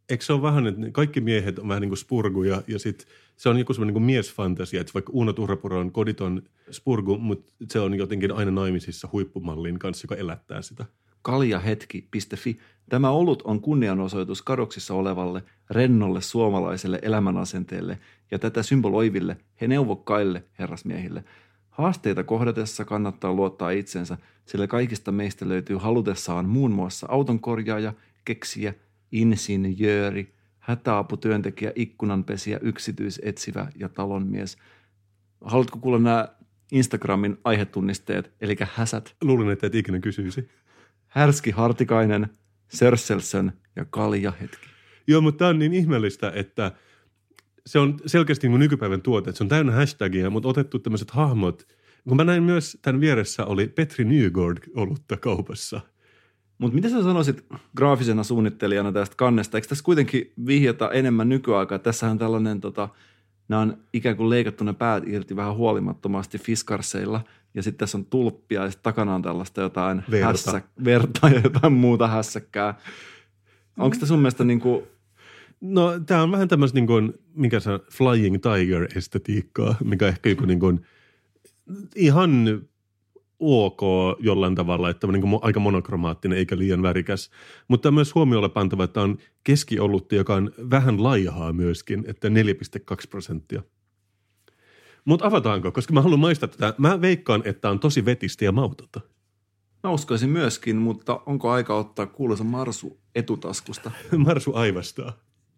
eikö se ole vähän, että kaikki miehet on vähän niin kuin spurguja ja sitten se on joku semmoinen niin kuin miesfantasia, että vaikka Uno Turhapuro on koditon spurgu, mutta se on jotenkin aina naimisissa huippumallin kanssa, joka elättää sitä. Kaljahetki.fi. Tämä olut on kunnianosoitus kadoksissa olevalle, rennolle suomalaiselle elämänasenteelle ja tätä symboloiville, he neuvokkaille herrasmiehille. Haasteita kohdatessa kannattaa luottaa itsensä, sillä kaikista meistä löytyy halutessaan muun muassa autonkorjaaja, keksijä, insinjööri, hätäaputyöntekijä, ikkunanpesiä, yksityisetsivä ja talonmies. Haluatko kuulla nämä Instagramin aihetunnisteet, eli häsät? Luulen, että et ikinä kysyisi. Härski Hartikainen, Sörsselsön ja Kaljahetki. Joo, mutta tämä on niin ihmeellistä, että se on selkeästi niin nykypäivän tuote, että se on täynnä hashtagia, mutta otettu tämmöiset hahmot. Kun mä näin myös, tämän vieressä oli Petri Nygård olutta kaupassa. Mutta mitä sä sanoisit graafisena suunnittelijana tästä kannesta? Eikö tässä kuitenkin vihjata enemmän nykyaikaa? Tässähän on tällainen, nämä on ikään kuin leikattu ne päät irti vähän huolimattomasti fiskarseilla. Ja sitten tässä on tulppia ja sitten takana on tällaista jotain verta ja jotain muuta hässäkkää. Onko tämä sun mielestä niin kuin... No tämä on vähän tämmöistä niin kuin, mikä se Flying Tiger-estetiikkaa, mikä ehkä joku niin kuin ihan ok jollain tavalla, että niin kuin aika monokromaattinen eikä liian värikäs. Mutta myös huomiolle pantava, että on keskiolutta, joka on vähän laihaa myöskin, että 4,2%. Mutta avataanko, koska mä haluan maistaa tätä. Mä veikkaan, että on tosi vetistä ja mautonta. Mä uskoisin myöskin, mutta onko aika ottaa kuuluisa marsu etutaskusta? Marsu aivastaa.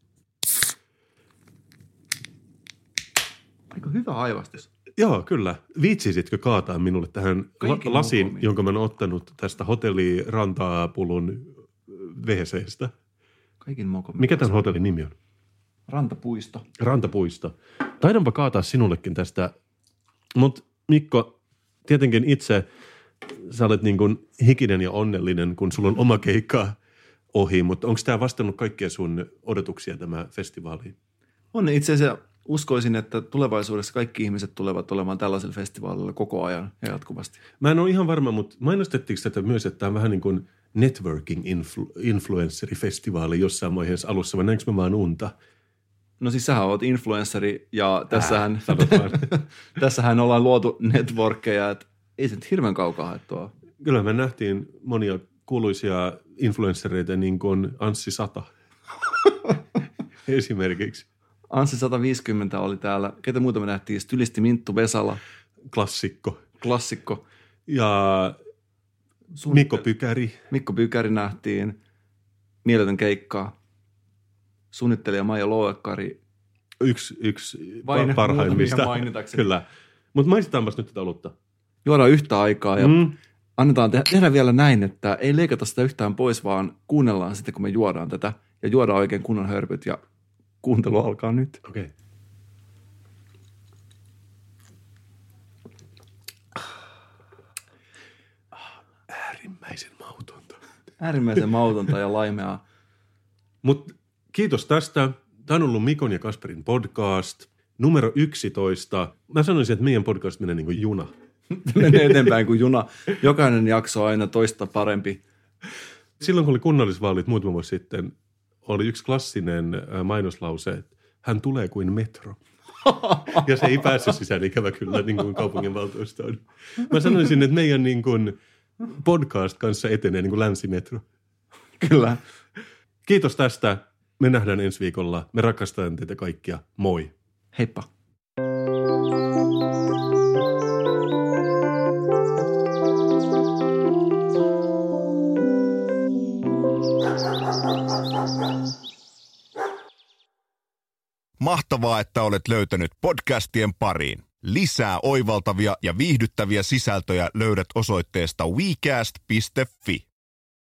Aika hyvä aivastus. Joo, kyllä. Viitsisitkö kaataa minulle tähän lasiin, jonka mä oon ottanut tästä hotelli Rantaapulun WC:stä? Kaikin mokomin. Mikä tämän hotellin nimi on? Rantapuisto. Rantapuisto. Taidanpa kaataa sinullekin tästä. Mutta Mikko, tietenkin itse sä olet niin kuin hikinen ja onnellinen, kun sulla on oma keikka ohi, mutta onko tämä vastannut kaikkia sun odotuksia tämä festivaali? On itse asiassa. Uskoisin, että tulevaisuudessa kaikki ihmiset tulevat olemaan tällaisella festivaalilla koko ajan ja jatkuvasti. Mä en ole ihan varma, mutta mainostettiinko tätä myös, että tämä on vähän niin kuin networking influencerifestivaali jossain vaiheessa alussa, vai näinkö mä vaan unta? No siis sähän oot influenssari ja tässähän ollaan luotu networkkeja, että ei se nyt hirveän kaukaa haettua. Kyllä me nähtiin monia kuuluisia influenssereita niin kuin Anssi 100 esimerkiksi. Anssi 150 oli täällä. Ketä muuta me nähtiin? Stylisti Minttu Vesala. Klassikko. Ja Mikko Pykäri. Mikko Pykäri nähtiin. Mieletön keikkaa. Suunnittelija Maija Loekkari. Yksi parhaimmista. Kyllä. Mutta maistetaanpas nyt tätä olutta. Juodaan yhtä aikaa ja annetaan tehdä vielä näin, että ei leikata sitä yhtään pois, vaan kuunnellaan sitten, kun me juodaan tätä. Ja juodaan oikein kunnon hörpyt ja kuuntelu alkaa nyt. Okei. Äärimmäisen mautonta ja laimeaa. Mutta kiitos tästä. Tämä on ollut Mikon ja Kasperin podcast. Numero 11. Mä sanoisin, että meidän podcast menee niin kuin juna. Menee eteenpäin kuin juna. Jokainen jakso on aina toista parempi. Silloin kun oli kunnallisvaalit muutama vuosi sitten, oli yksi klassinen mainoslause, että hän tulee kuin metro. Ja se ei päässyt sisään ikävä kyllä niin kuin kaupunginvaltuustoon. Mä sanoisin, että meidän niin kuin podcast kanssa etenee niin kuin länsimetro. Kyllä. Kiitos tästä. Me nähdään ensi viikolla. Me rakastamme teitä kaikkia. Moi. Heippa. Mahtavaa, että olet löytänyt podcastien pariin. Lisää oivaltavia ja viihdyttäviä sisältöjä löydät osoitteesta wecast.fi.